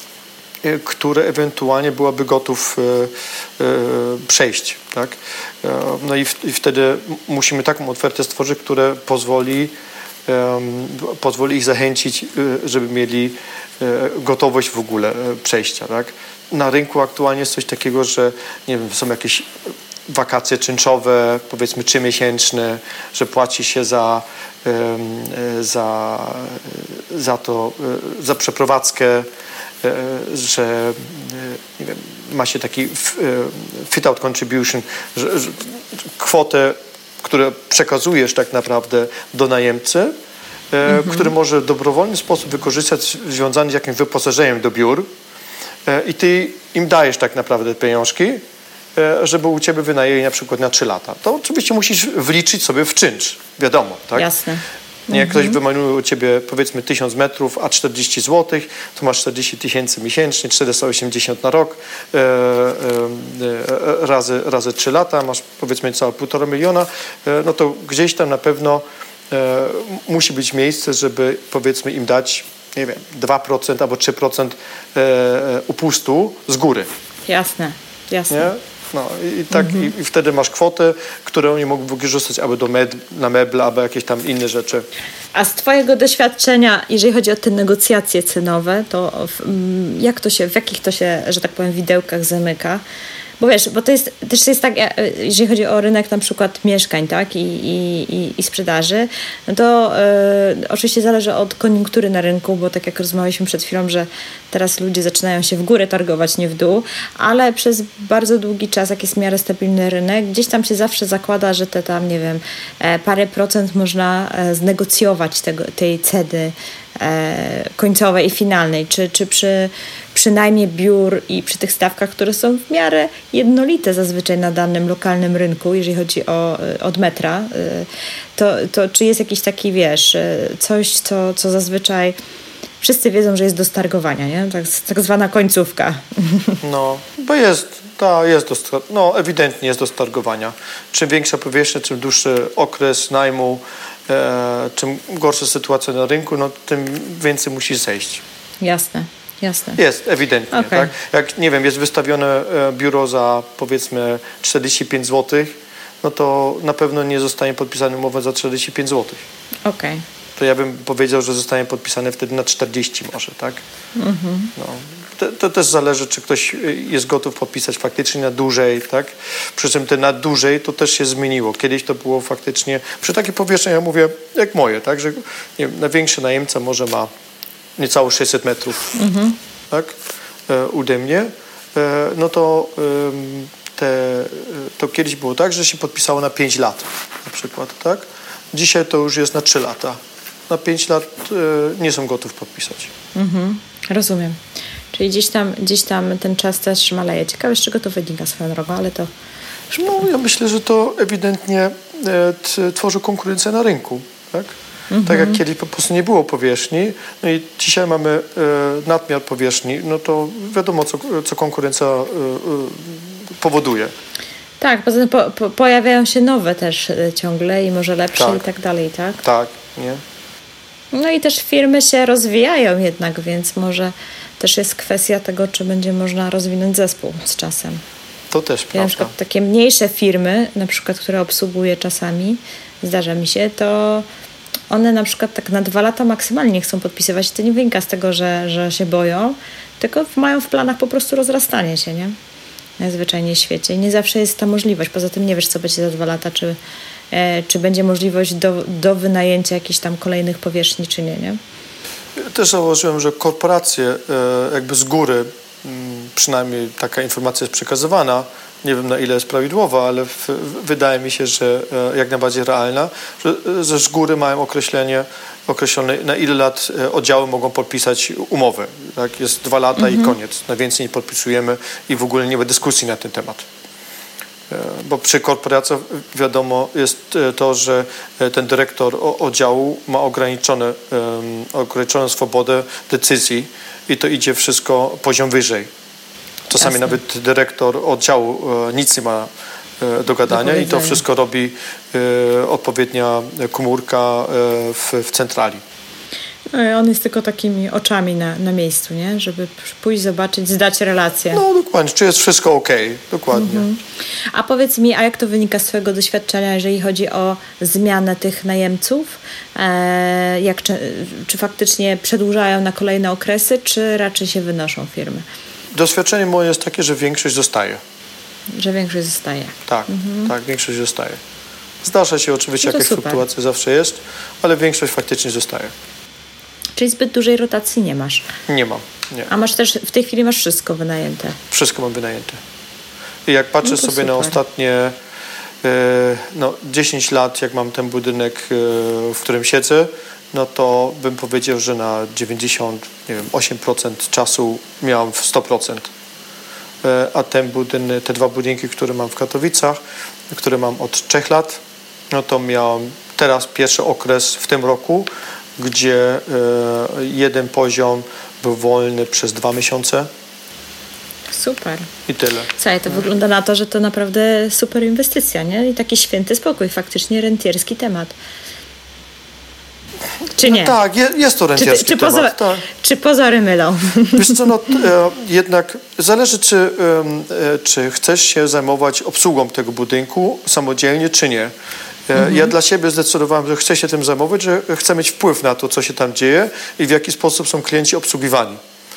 które ewentualnie byłaby gotów e, e, przejść. Tak? E, no i, w, i wtedy musimy taką ofertę stworzyć, która pozwoli, e, pozwoli ich zachęcić, e, żeby mieli e, gotowość w ogóle e, przejścia. Tak? Na rynku aktualnie jest coś takiego, że nie wiem, są jakieś wakacje czynszowe, powiedzmy trzymiesięczne, że płaci się za, e, za, za to, e, za przeprowadzkę, że nie wiem, ma się taki fit-out contribution, że, że kwotę, którą przekazujesz tak naprawdę do najemcy, mhm. który może w dobrowolny sposób wykorzystać związany z jakimś wyposażeniem do biur i ty im dajesz tak naprawdę pieniążki, żeby u ciebie wynajęli na przykład na trzy lata. To oczywiście musisz wliczyć sobie w czynsz, wiadomo. Tak? Jasne. Nie, jak ktoś wynajmuje u ciebie powiedzmy tysiąc metrów, a czterdzieści złotych, to masz czterdzieści tysięcy miesięcznie, czterysta osiemdziesiąt na rok, e, e, e, razy, razy trzy lata, masz powiedzmy całe półtora miliona, e, no to gdzieś tam na pewno e, musi być miejsce, żeby powiedzmy im dać, nie wiem, dwa procent albo trzy procent e, upustu z góry. Jasne, jasne. Nie? No i, tak, mhm. i, i wtedy masz kwotę, którą oni mogą wykorzystać albo do med, na meble, albo jakieś tam inne rzeczy. A z twojego doświadczenia, jeżeli chodzi o te negocjacje cenowe, to w, jak to się, w jakich to się, że tak powiem, widełkach zamyka? Bo wiesz, bo to jest, też jest tak, jeżeli chodzi o rynek na przykład mieszkań, tak, i, i, i sprzedaży, no to y, oczywiście zależy od koniunktury na rynku, bo tak jak rozmawialiśmy przed chwilą, że teraz ludzie zaczynają się w górę targować, nie w dół, ale przez bardzo długi czas, jak jest w miarę stabilny rynek, gdzieś tam się zawsze zakłada, że te tam, nie wiem, parę procent można znegocjować tego, tej ceny e, końcowej i finalnej, czy, czy przy przynajmniej biur i przy tych stawkach, które są w miarę jednolite zazwyczaj na danym lokalnym rynku, jeżeli chodzi o od metra, to, to czy jest jakiś taki, wiesz, coś, co, co zazwyczaj wszyscy wiedzą, że jest do stargowania, nie? Tak, tak zwana końcówka. No, bo jest, to jest do, no ewidentnie jest do stargowania. Czym większa powierzchnia, czym dłuższy okres najmu, e, czym gorsza sytuacja na rynku, no tym więcej musi zejść. Jasne. Jasne. Jest, ewidentnie. Okay. Tak? Jak, nie wiem, jest wystawione biuro za powiedzmy czterdzieści pięć złotych, no to na pewno nie zostanie podpisana umowa za czterdzieści pięć złotych. Okej. Okay. To ja bym powiedział, że zostanie podpisane wtedy na czterdzieści może, tak? Mm-hmm. No. To, to też zależy, czy ktoś jest gotów podpisać faktycznie na dłużej, tak? Przy czym te na dłużej to też się zmieniło. Kiedyś to było faktycznie, przy takiej powierzchni, ja mówię, jak moje, tak? Że nie wiem, największy najemca może ma niecałe sześćset metrów, mm-hmm. tak, e, ode mnie, e, no to, e, te, to kiedyś było tak, że się podpisało na pięć lat na przykład, tak? Dzisiaj to już jest na trzy lata. Na pięć lat e, nie są gotów podpisać. Mm-hmm. Rozumiem. Czyli gdzieś tam, gdzieś tam ten czas też maleje. Ciekawe, z czego to wynika swoją drogą, ale to... No, ja myślę, że to ewidentnie e, t, tworzy konkurencję na rynku, tak? Mm-hmm. Tak jak kiedyś po prostu nie było powierzchni, no i dzisiaj mamy e, nadmiar powierzchni, no to wiadomo, co, co konkurencja e, e, powoduje. Tak, poza tym po, po, pojawiają się nowe też ciągle i może lepsze tak. i tak dalej, tak? Tak, nie? No i też firmy się rozwijają jednak, więc może też jest kwestia tego, czy będzie można rozwinąć zespół z czasem. To też Ja prawda. na przykład takie mniejsze firmy, na przykład, które obsługuję czasami, zdarza mi się, to one na przykład tak na dwa lata maksymalnie nie chcą podpisywać. To nie wynika z tego, że, że się boją, tylko mają w planach po prostu rozrastanie się, nie? Najzwyczajniej w świecie. I nie zawsze jest ta możliwość. Poza tym nie wiesz, co będzie za dwa lata, czy, e, czy będzie możliwość do, do wynajęcia jakichś tam kolejnych powierzchni, czy nie, nie? Też zauważyłem, że korporacje e, jakby z góry, m, przynajmniej taka informacja jest przekazywana, nie wiem na ile jest prawidłowa, ale w, wydaje mi się, że e, jak najbardziej realna, że, że z góry mają określenie określone, na ile lat e, oddziały mogą podpisać umowę. Tak? Jest dwa lata mhm. i koniec. Na więcej nie podpisujemy i w ogóle nie ma dyskusji na ten temat. E, bo przy korporacjach wiadomo jest to, że ten dyrektor oddziału ma ograniczone, e, ograniczoną swobodę decyzji i to idzie wszystko poziom wyżej. Czasami Jasne. Nawet dyrektor oddziału e, nic nie ma e, do gadania do i to wszystko robi e, odpowiednia komórka e, w, w centrali. No, on jest tylko takimi oczami na, na miejscu, nie? Żeby pójść, zobaczyć, zdać relację. No dokładnie, czy jest wszystko okej, okay. Dokładnie. Mhm. A powiedz mi, a jak to wynika z twojego doświadczenia, jeżeli chodzi o zmianę tych najemców? E, jak, czy, czy faktycznie przedłużają na kolejne okresy, czy raczej się wynoszą firmy? Doświadczenie moje jest takie, że większość zostaje. Że większość zostaje. Tak, mhm. tak, większość zostaje. Zdarza się oczywiście, no jakaś super. fluktuacja zawsze jest, ale większość faktycznie zostaje. Czyli zbyt dużej rotacji nie masz? Nie mam, nie. A masz też, w tej chwili masz wszystko wynajęte? Wszystko mam wynajęte. I jak patrzę no sobie super. na ostatnie e, no, dziesięć lat, jak mam ten budynek, e, w którym siedzę, no to bym powiedział, że na dziewięćdziesiąt osiem procent czasu miałem w sto procent. A ten budynek, te dwa budynki, które mam w Katowicach, które mam od trzech lat, no to miałem teraz pierwszy okres w tym roku, gdzie jeden poziom był wolny przez dwa miesiące. Super. I tyle. Słuchaj, to no. wygląda na to, że to naprawdę super inwestycja, nie? I taki święty spokój, faktycznie rentierski temat. Czy nie? No tak, jest to rentierski czy, czy temat. Pozor, tak. Czy pozory mylą? Wiesz co, no, e, jednak zależy, czy, e, czy chcesz się zajmować obsługą tego budynku samodzielnie, czy nie. E, mhm. Ja dla siebie zdecydowałem, że chcę się tym zajmować, że chcę mieć wpływ na to, co się tam dzieje i w jaki sposób są klienci obsługiwani.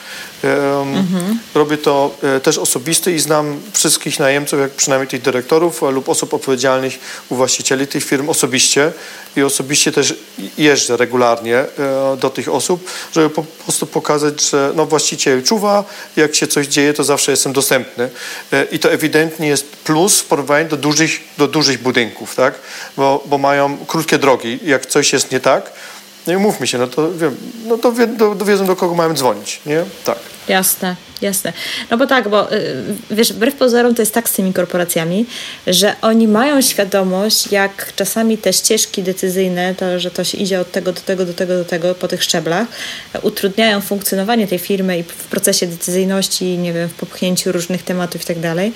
Um, mhm. Robię to e, też osobisty i znam wszystkich najemców, jak przynajmniej tych dyrektorów lub osób odpowiedzialnych u właścicieli tych firm osobiście i osobiście też jeżdżę regularnie e, do tych osób, żeby po prostu pokazać, że no, właściciel czuwa, jak się coś dzieje, to zawsze jestem dostępny e, i to ewidentnie jest plus w porównaniu do dużych, do dużych budynków, tak? bo, bo mają krótkie drogi, jak coś jest nie tak. No i umówmy się, no to, wiem, no to wie, do, do wiedzą, do kogo mają dzwonić, nie? Tak. Jasne, jasne. No bo tak, bo wiesz, wbrew pozorom to jest tak z tymi korporacjami, że oni mają świadomość, jak czasami te ścieżki decyzyjne, to, że to się idzie od tego do tego, do tego, do tego po tych szczeblach, utrudniają funkcjonowanie tej firmy i w procesie decyzyjności, nie wiem, w popchnięciu różnych tematów i tak dalej.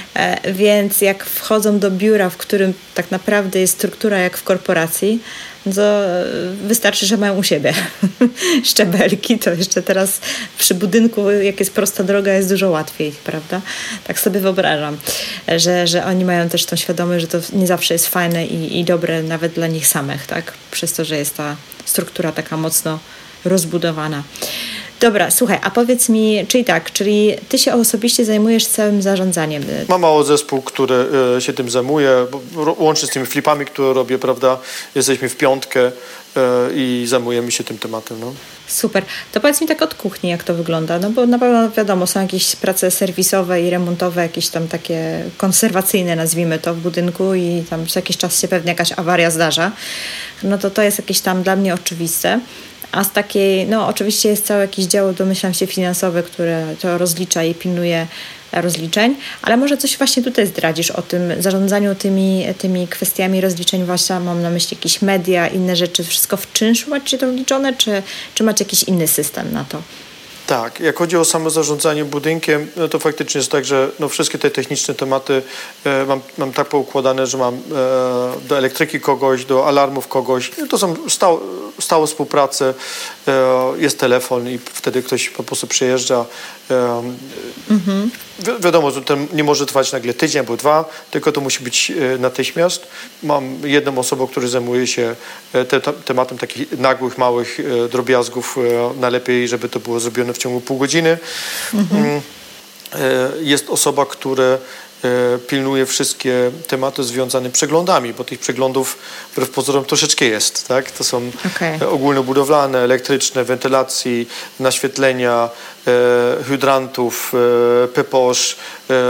Więc jak wchodzą do biura, w którym tak naprawdę jest struktura jak w korporacji, to wystarczy, że mają u siebie szczebelki, to jeszcze teraz przy budynku, jak jest prosta droga, jest dużo łatwiej, prawda? Tak sobie wyobrażam, że, że oni mają też tą świadomość, że to nie zawsze jest fajne i, i dobre nawet dla nich samych, tak? Przez to, że jest ta struktura taka mocno rozbudowana. Dobra, słuchaj, a powiedz mi, czyli tak, czyli ty się osobiście zajmujesz całym zarządzaniem. Mam mały zespół, który e, się tym zajmuje, bo, łącznie z tymi flipami, które robię, prawda, jesteśmy w piątkę e, i zajmujemy się tym tematem. No. Super. To powiedz mi tak od kuchni, jak to wygląda, no bo na pewno wiadomo, są jakieś prace serwisowe i remontowe, jakieś tam takie konserwacyjne, nazwijmy to, w budynku i tam co jakiś czas się pewnie jakaś awaria zdarza, no to to jest jakieś tam dla mnie oczywiste. A z takiej, no oczywiście jest całe jakieś działo, domyślam się, finansowe, które to rozlicza i pilnuje rozliczeń, ale może coś właśnie tutaj zdradzisz o tym zarządzaniu tymi, tymi kwestiami rozliczeń, właśnie mam na myśli jakieś media, inne rzeczy, wszystko w czynszu macie to wliczone, czy, czy macie jakiś inny system na to? Tak, jak chodzi o samo zarządzanie budynkiem, no to faktycznie jest tak, że no wszystkie te techniczne tematy e, mam, mam tak poukładane, że mam e, do elektryki kogoś, do alarmów kogoś. To są stał, stałe współprace, e, jest telefon i wtedy ktoś po prostu przyjeżdża. E, mhm. wi- wiadomo, że to nie może trwać nagle tydzień albo dwa, tylko to musi być e, natychmiast. Mam jedną osobę, która zajmuje się e, te, te, tematem takich nagłych, małych e, drobiazgów. E, najlepiej, żeby to było zrobione w ciągu pół godziny. Mhm. Jest osoba, która pilnuje wszystkie tematy związane z przeglądami, bo tych przeglądów wbrew pozorom troszeczkę jest. Tak? To są okay. ogólnobudowlane, elektryczne, wentylacji, naświetlenia, hydrantów, P P O Sz.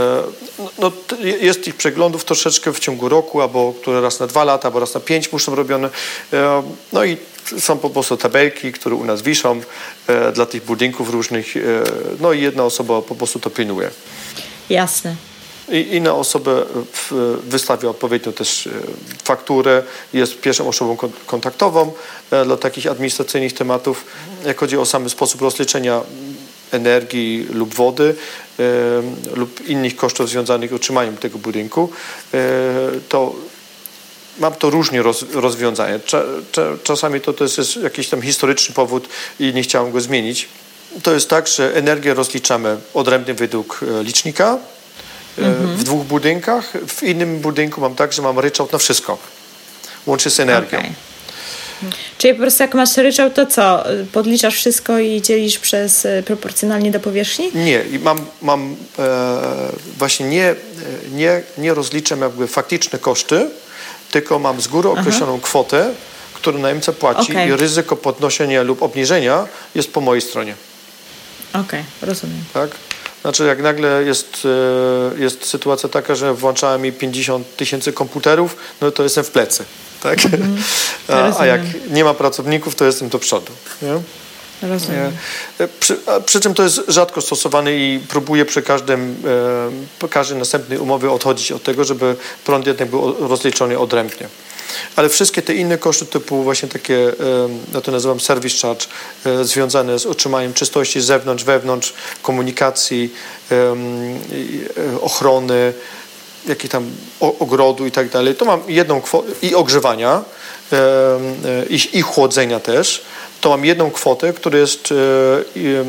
No, jest tych przeglądów troszeczkę w ciągu roku, albo które raz na dwa lata, albo raz na pięć muszą robione. No i są po prostu tabelki, które u nas wiszą e, dla tych budynków różnych. E, no i jedna osoba po prostu to pilnuje. Jasne. I inna osoba w, wystawia odpowiednio też e, fakturę, jest pierwszą osobą kontaktową e, dla takich administracyjnych tematów. Jak chodzi o sam sposób rozliczenia energii lub wody e, lub innych kosztów związanych z utrzymaniem tego budynku, e, to mam to różnie roz, rozwiązanie. Cza, cza, czasami to, to jest jakiś tam historyczny powód i nie chciałem go zmienić. To jest tak, że energię rozliczamy odrębnie według licznika mhm. w dwóch budynkach. W innym budynku mam tak, że mam ryczałt na wszystko. Łącznie z energią. Okay. Czyli po prostu jak masz ryczałt, to co? Podliczasz wszystko i dzielisz przez proporcjonalnie do powierzchni? Nie. Mam, mam e, właśnie nie, nie, nie rozliczam jakby faktyczne koszty, tylko mam z góry określoną Aha. kwotę, którą najemca płaci okay. i ryzyko podnoszenia lub obniżenia jest po mojej stronie. Okej, okay, rozumiem. Tak? Znaczy jak nagle jest, jest sytuacja taka, że włączałem mi pięćdziesiąt tysięcy komputerów, no to jestem w plecy. Tak? Mm-hmm. a, a jak nie ma pracowników, to jestem do przodu. Nie? Rozumiem. Przy, przy czym to jest rzadko stosowane i próbuję przy każdym, e, każdej następnej umowie odchodzić od tego, żeby prąd jednak był rozliczony odrębnie. Ale wszystkie te inne koszty typu właśnie takie, e, ja to nazywam service charge, e, związane z utrzymaniem czystości z zewnątrz, wewnątrz, komunikacji, e, e, ochrony, jakiej tam o, ogrodu i tak dalej, to mam jedną kwotę i ogrzewania e, e, i, i chłodzenia też. To mam jedną kwotę, która jest e, e,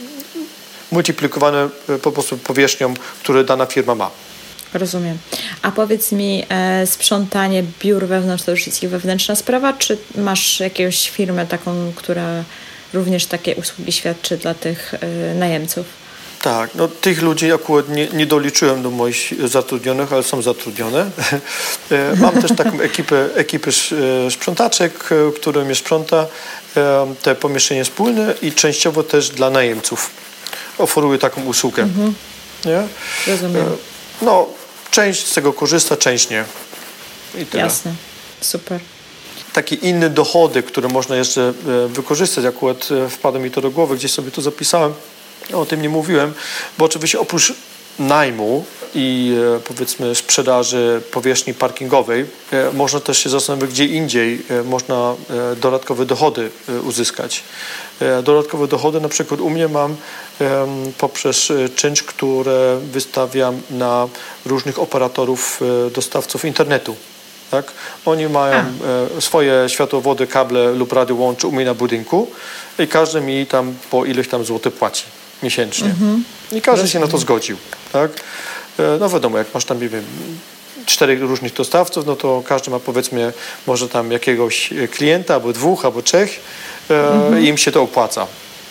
multiplikowana po prostu powierzchnią, którą dana firma ma. Rozumiem. A powiedz mi, e, sprzątanie biur wewnątrz to już jest ich wewnętrzna sprawa, czy masz jakąś firmę taką, która również takie usługi świadczy dla tych e, najemców? Tak, no tych ludzi akurat nie, nie doliczyłem do moich zatrudnionych, ale są zatrudnione. Mam też taką ekipę, ekipę sprzątaczek, która mnie sprząta te pomieszczenia wspólne i częściowo też dla najemców oferuję taką usługę. Mhm. Nie? Rozumiem. No, część z tego korzysta, część nie. I tyle. Jasne, super. Takie inne dochody, które można jeszcze wykorzystać, akurat wpadło mi to do głowy, gdzieś sobie to zapisałem. O tym nie mówiłem, bo oczywiście oprócz najmu i e, powiedzmy sprzedaży powierzchni parkingowej e, można też się zastanowić, gdzie indziej e, można e, dodatkowe dochody e, uzyskać. E, dodatkowe dochody na przykład u mnie mam e, poprzez czynsz, które wystawiam na różnych operatorów e, dostawców internetu. Tak? Oni mają e, swoje światłowody, kable lub radiołącze u mnie na budynku i każdy mi tam po ileś tam złotych płaci miesięcznie. Mm-hmm. I każdy się na to zgodził. Tak? E, no wiadomo, jak masz tam, nie wiem, czterech różnych dostawców, no to każdy ma powiedzmy może tam jakiegoś klienta, albo dwóch, albo trzech e, mm-hmm. i im się to opłaca.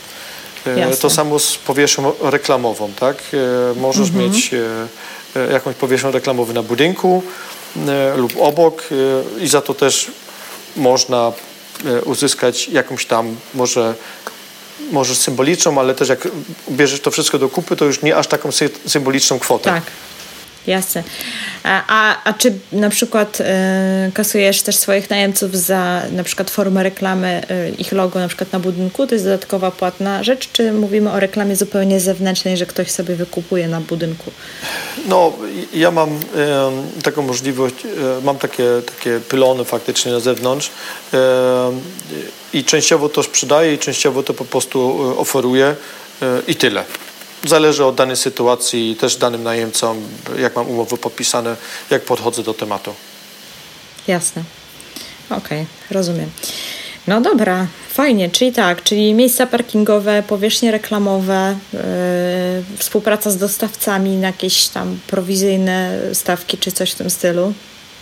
E, to samo z powierzchnią reklamową. Tak? E, możesz mm-hmm. mieć e, jakąś powierzchnię reklamową na budynku e, lub obok e, i za to też można e, uzyskać jakąś tam może może symboliczną, ale też jak bierzesz to wszystko do kupy, to już nie aż taką sy- symboliczną kwotę. Tak, jasne. A, a czy na przykład y, kasujesz też swoich najemców za na przykład formę reklamy, y, ich logo na przykład na budynku? To jest dodatkowa płatna rzecz, czy mówimy o reklamie zupełnie zewnętrznej, że ktoś sobie wykupuje na budynku? No, ja mam e, taką możliwość, e, mam takie, takie pylony faktycznie na zewnątrz e, i częściowo to sprzedaję i częściowo to po prostu oferuję. i tyle. Zależy od danej sytuacji, też danym najemcom, jak mam umowy podpisane, jak podchodzę do tematu. Jasne. Okej, okay, rozumiem. No dobra, fajnie, czyli tak, czyli miejsca parkingowe, powierzchnie reklamowe, yy, współpraca z dostawcami na jakieś tam prowizyjne stawki czy coś w tym stylu.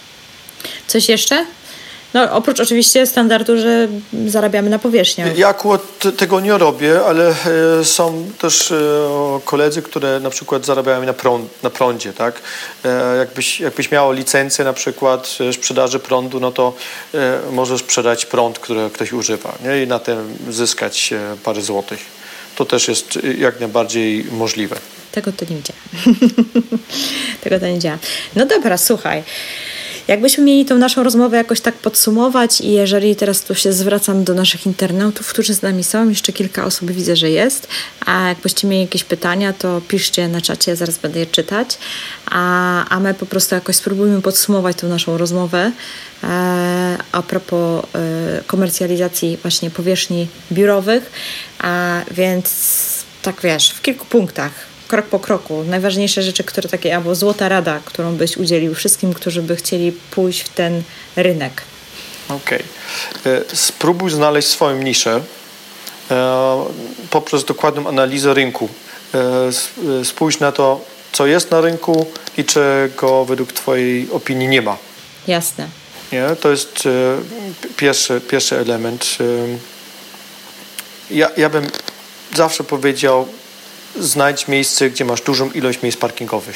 Coś jeszcze? No oprócz oczywiście standardu, że zarabiamy na powierzchnię. Ja akurat tego nie robię, ale e, są też e, koledzy, które na przykład zarabiają na, prąd, na prądzie, tak? E, jakbyś, jakbyś miał licencję na przykład e, sprzedaży prądu, no to e, możesz sprzedać prąd, który ktoś używa, nie? I na tym zyskać e, parę złotych. To też jest jak najbardziej możliwe. Tego to nie widziałam. Tego to nie widziałam. No dobra, słuchaj. Jakbyśmy mieli tą naszą rozmowę jakoś tak podsumować i jeżeli teraz tu się zwracam do naszych internautów, którzy z nami są, jeszcze kilka osób widzę, że jest, a jakbyście mieli jakieś pytania, to piszcie na czacie, ja zaraz będę je czytać, a, a my po prostu jakoś spróbujmy podsumować tą naszą rozmowę e, a propos e, komercjalizacji właśnie powierzchni biurowych, a więc tak wiesz, w kilku punktach. Krok po kroku. Najważniejsze rzeczy, które takie, albo złota rada, którą byś udzielił wszystkim, którzy by chcieli pójść w ten rynek. Okej. Okay. Spróbuj znaleźć swoją niszę e, poprzez dokładną analizę rynku. E, spójrz na to, co jest na rynku i czego według twojej opinii nie ma. Jasne. Nie? To jest e, pierwszy, pierwszy element. E, ja, ja bym zawsze powiedział, znajdź miejsce, gdzie masz dużą ilość miejsc parkingowych.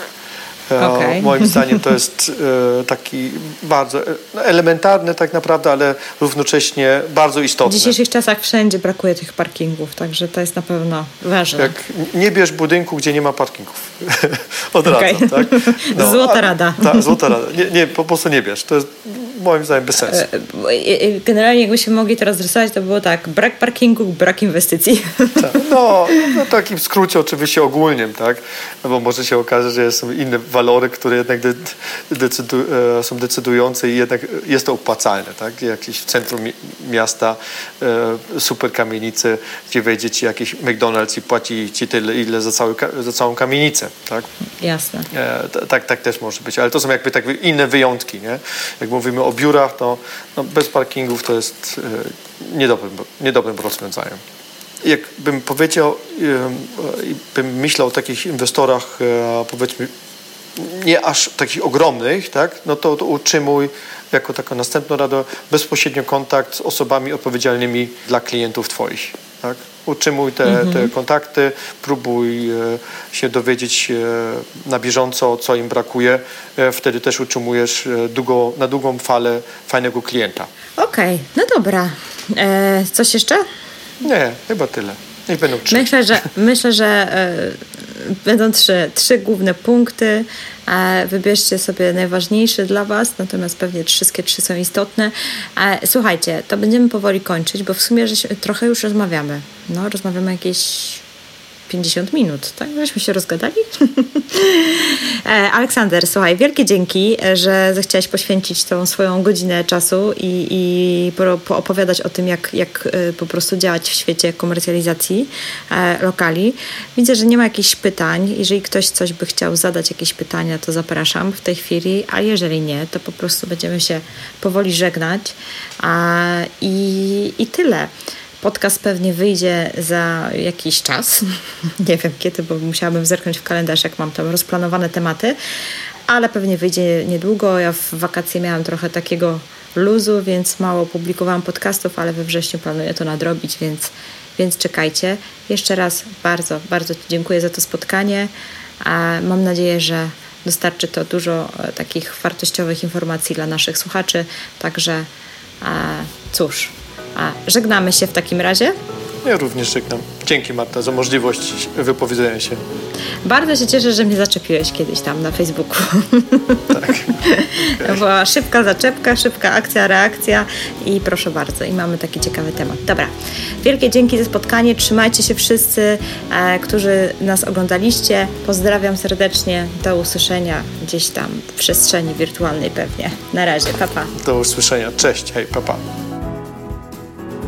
Okay. Moim zdaniem to jest e, taki bardzo elementarny tak naprawdę, ale równocześnie bardzo istotny. W dzisiejszych czasach wszędzie brakuje tych parkingów, także to jest na pewno ważne. Jak nie bierz budynku, gdzie nie ma parkingów. Od razu, okay. Tak? No, złota rada. Tak, złota rada. Nie, nie, po prostu nie bierz. To jest moim zdaniem bez sensu. Generalnie jakbyśmy mogli to rozrysować, to było tak, brak parkingu, brak inwestycji. Tak. No, no w takim skrócie oczywiście ogólnym, tak? No bo może się okazać, że są inne walory, które jednak de- decydu- są decydujące i jednak jest to opłacalne, tak? Jakieś w centrum mi- miasta e, super kamienice, gdzie wejdzie ci jakiś McDonald's i płaci ci tyle, ile za, cały, za całą kamienicę, tak? Jasne. E, t- tak, tak też może być, ale to są jakby tak inne wyjątki, nie? Jak mówimy o biurach, to no, bez parkingów to jest e, niedobrym, niedobrym rozwiązaniem. Jakbym powiedział, bym myślał o takich inwestorach, powiedzmy, nie aż takich ogromnych, tak? No to, to utrzymuj jako taką następną radę bezpośrednio kontakt z osobami odpowiedzialnymi dla klientów twoich, tak? Utrzymuj te, mhm. te kontakty, próbuj się dowiedzieć na bieżąco, co im brakuje. Wtedy też utrzymujesz długo, na długą falę fajnego klienta. Okej, okay, no dobra. E, coś jeszcze? Nie, chyba tyle. Niech będą trzy. Myślę, że, myślę, że e, będą trzy, trzy główne punkty. E, wybierzcie sobie najważniejszy dla was, natomiast pewnie wszystkie trzy są istotne. E, słuchajcie, to będziemy powoli kończyć, bo w sumie że się, trochę już rozmawiamy. No, rozmawiamy jakieś pięćdziesiąt minut, tak? Żeśmy się rozgadali. Aleksander, słuchaj, wielkie dzięki, że zechciałeś poświęcić tą swoją godzinę czasu i, i poopowiadać o tym, jak, jak po prostu działać w świecie komercjalizacji lokali. Widzę, że nie ma jakichś pytań. Jeżeli ktoś coś by chciał zadać, jakieś pytania, to zapraszam w tej chwili, a jeżeli nie, to po prostu będziemy się powoli żegnać. I, i tyle. Podcast pewnie wyjdzie za jakiś czas. Nie wiem kiedy, bo musiałabym zerknąć w kalendarz, jak mam tam rozplanowane tematy, ale pewnie wyjdzie niedługo. Ja w wakacje miałam trochę takiego luzu, więc mało publikowałam podcastów, ale we wrześniu planuję to nadrobić, więc, więc czekajcie. Jeszcze raz bardzo, bardzo Ci dziękuję za to spotkanie. Mam nadzieję, że dostarczy to dużo takich wartościowych informacji dla naszych słuchaczy. Także cóż, A, żegnamy się w takim razie. Ja również żegnam. Dzięki, Marta, za możliwość wypowiedzenia się. Bardzo się cieszę, że mnie zaczepiłeś kiedyś tam na Facebooku. Tak. Okay. To była szybka zaczepka, szybka akcja, reakcja i proszę bardzo. I mamy taki ciekawy temat. Dobra. Wielkie dzięki za spotkanie. Trzymajcie się wszyscy, e, którzy nas oglądaliście. Pozdrawiam serdecznie. Do usłyszenia gdzieś tam w przestrzeni wirtualnej pewnie. Na razie. Pa, pa. Do usłyszenia. Cześć. Hej, pa, pa.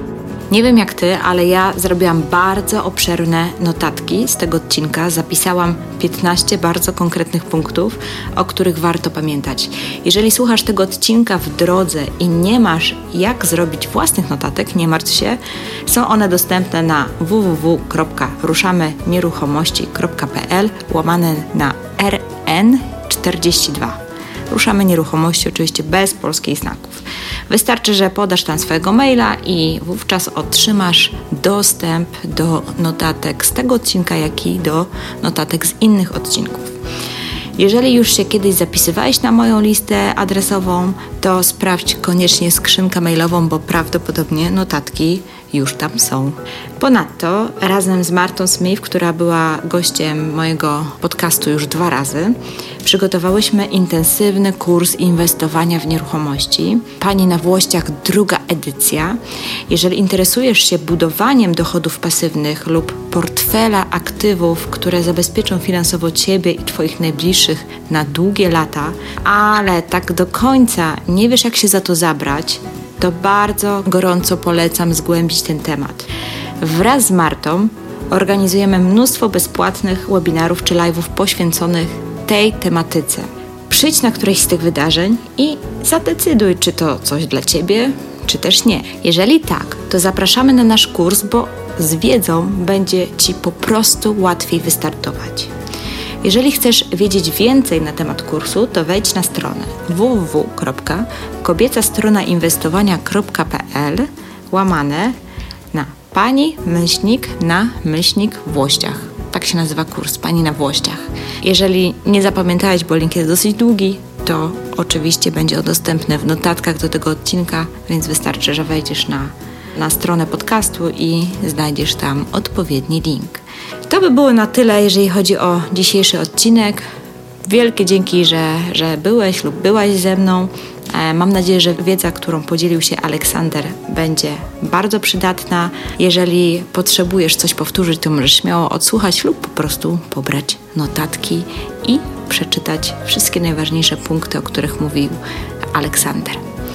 Nie wiem jak ty, ale ja zrobiłam bardzo obszerne notatki z tego odcinka. Zapisałam piętnaście bardzo konkretnych punktów, o których warto pamiętać. Jeżeli słuchasz tego odcinka w drodze i nie masz jak zrobić własnych notatek, nie martw się. Są one dostępne na w w w kropka ruszamy nieruchomości kropka p l łamane na R N czterdzieści dwa. Ruszamy Nieruchomości oczywiście bez polskich znaków. Wystarczy, że podasz tam swojego maila i wówczas otrzymasz dostęp do notatek z tego odcinka, jak i do notatek z innych odcinków. Jeżeli już się kiedyś zapisywałeś na moją listę adresową, to sprawdź koniecznie skrzynkę mailową, bo prawdopodobnie notatki już tam są. Ponadto razem z Martą Smith, która była gościem mojego podcastu już dwa razy, przygotowałyśmy intensywny kurs inwestowania w nieruchomości. Pani na Włościach, druga edycja. Jeżeli interesujesz się budowaniem dochodów pasywnych lub portfela aktywów, które zabezpieczą finansowo Ciebie i Twoich najbliższych na długie lata, ale tak do końca nie wiesz, jak się za to zabrać, to bardzo gorąco polecam zgłębić ten temat. Wraz z Martą organizujemy mnóstwo bezpłatnych webinarów czy live'ów poświęconych tej tematyce. Przyjdź na któreś z tych wydarzeń i zadecyduj, czy to coś dla Ciebie, czy też nie. Jeżeli tak, to zapraszamy na nasz kurs, bo z wiedzą będzie Ci po prostu łatwiej wystartować. Jeżeli chcesz wiedzieć więcej na temat kursu, to wejdź na stronę w w w kropka kobieca strona inwestowania kropka p l łamane na pani myślnik na myślnik Włościach. Tak się nazywa kurs, Pani na Włościach. Jeżeli nie zapamiętałeś, bo link jest dosyć długi, to oczywiście będzie on dostępny w notatkach do tego odcinka, więc wystarczy, że wejdziesz na, na stronę podcastu i znajdziesz tam odpowiedni link. To by było na tyle, jeżeli chodzi o dzisiejszy odcinek. Wielkie dzięki, że, że byłeś lub byłaś ze mną. E, mam nadzieję, że wiedza, którą podzielił się Aleksander, będzie bardzo przydatna. Jeżeli potrzebujesz coś powtórzyć, to możesz śmiało odsłuchać lub po prostu pobrać notatki i przeczytać wszystkie najważniejsze punkty, o których mówił Aleksander.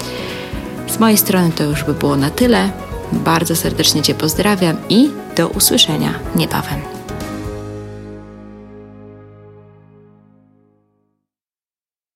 Z mojej strony to już by było na tyle. Bardzo serdecznie Cię pozdrawiam i do usłyszenia niebawem.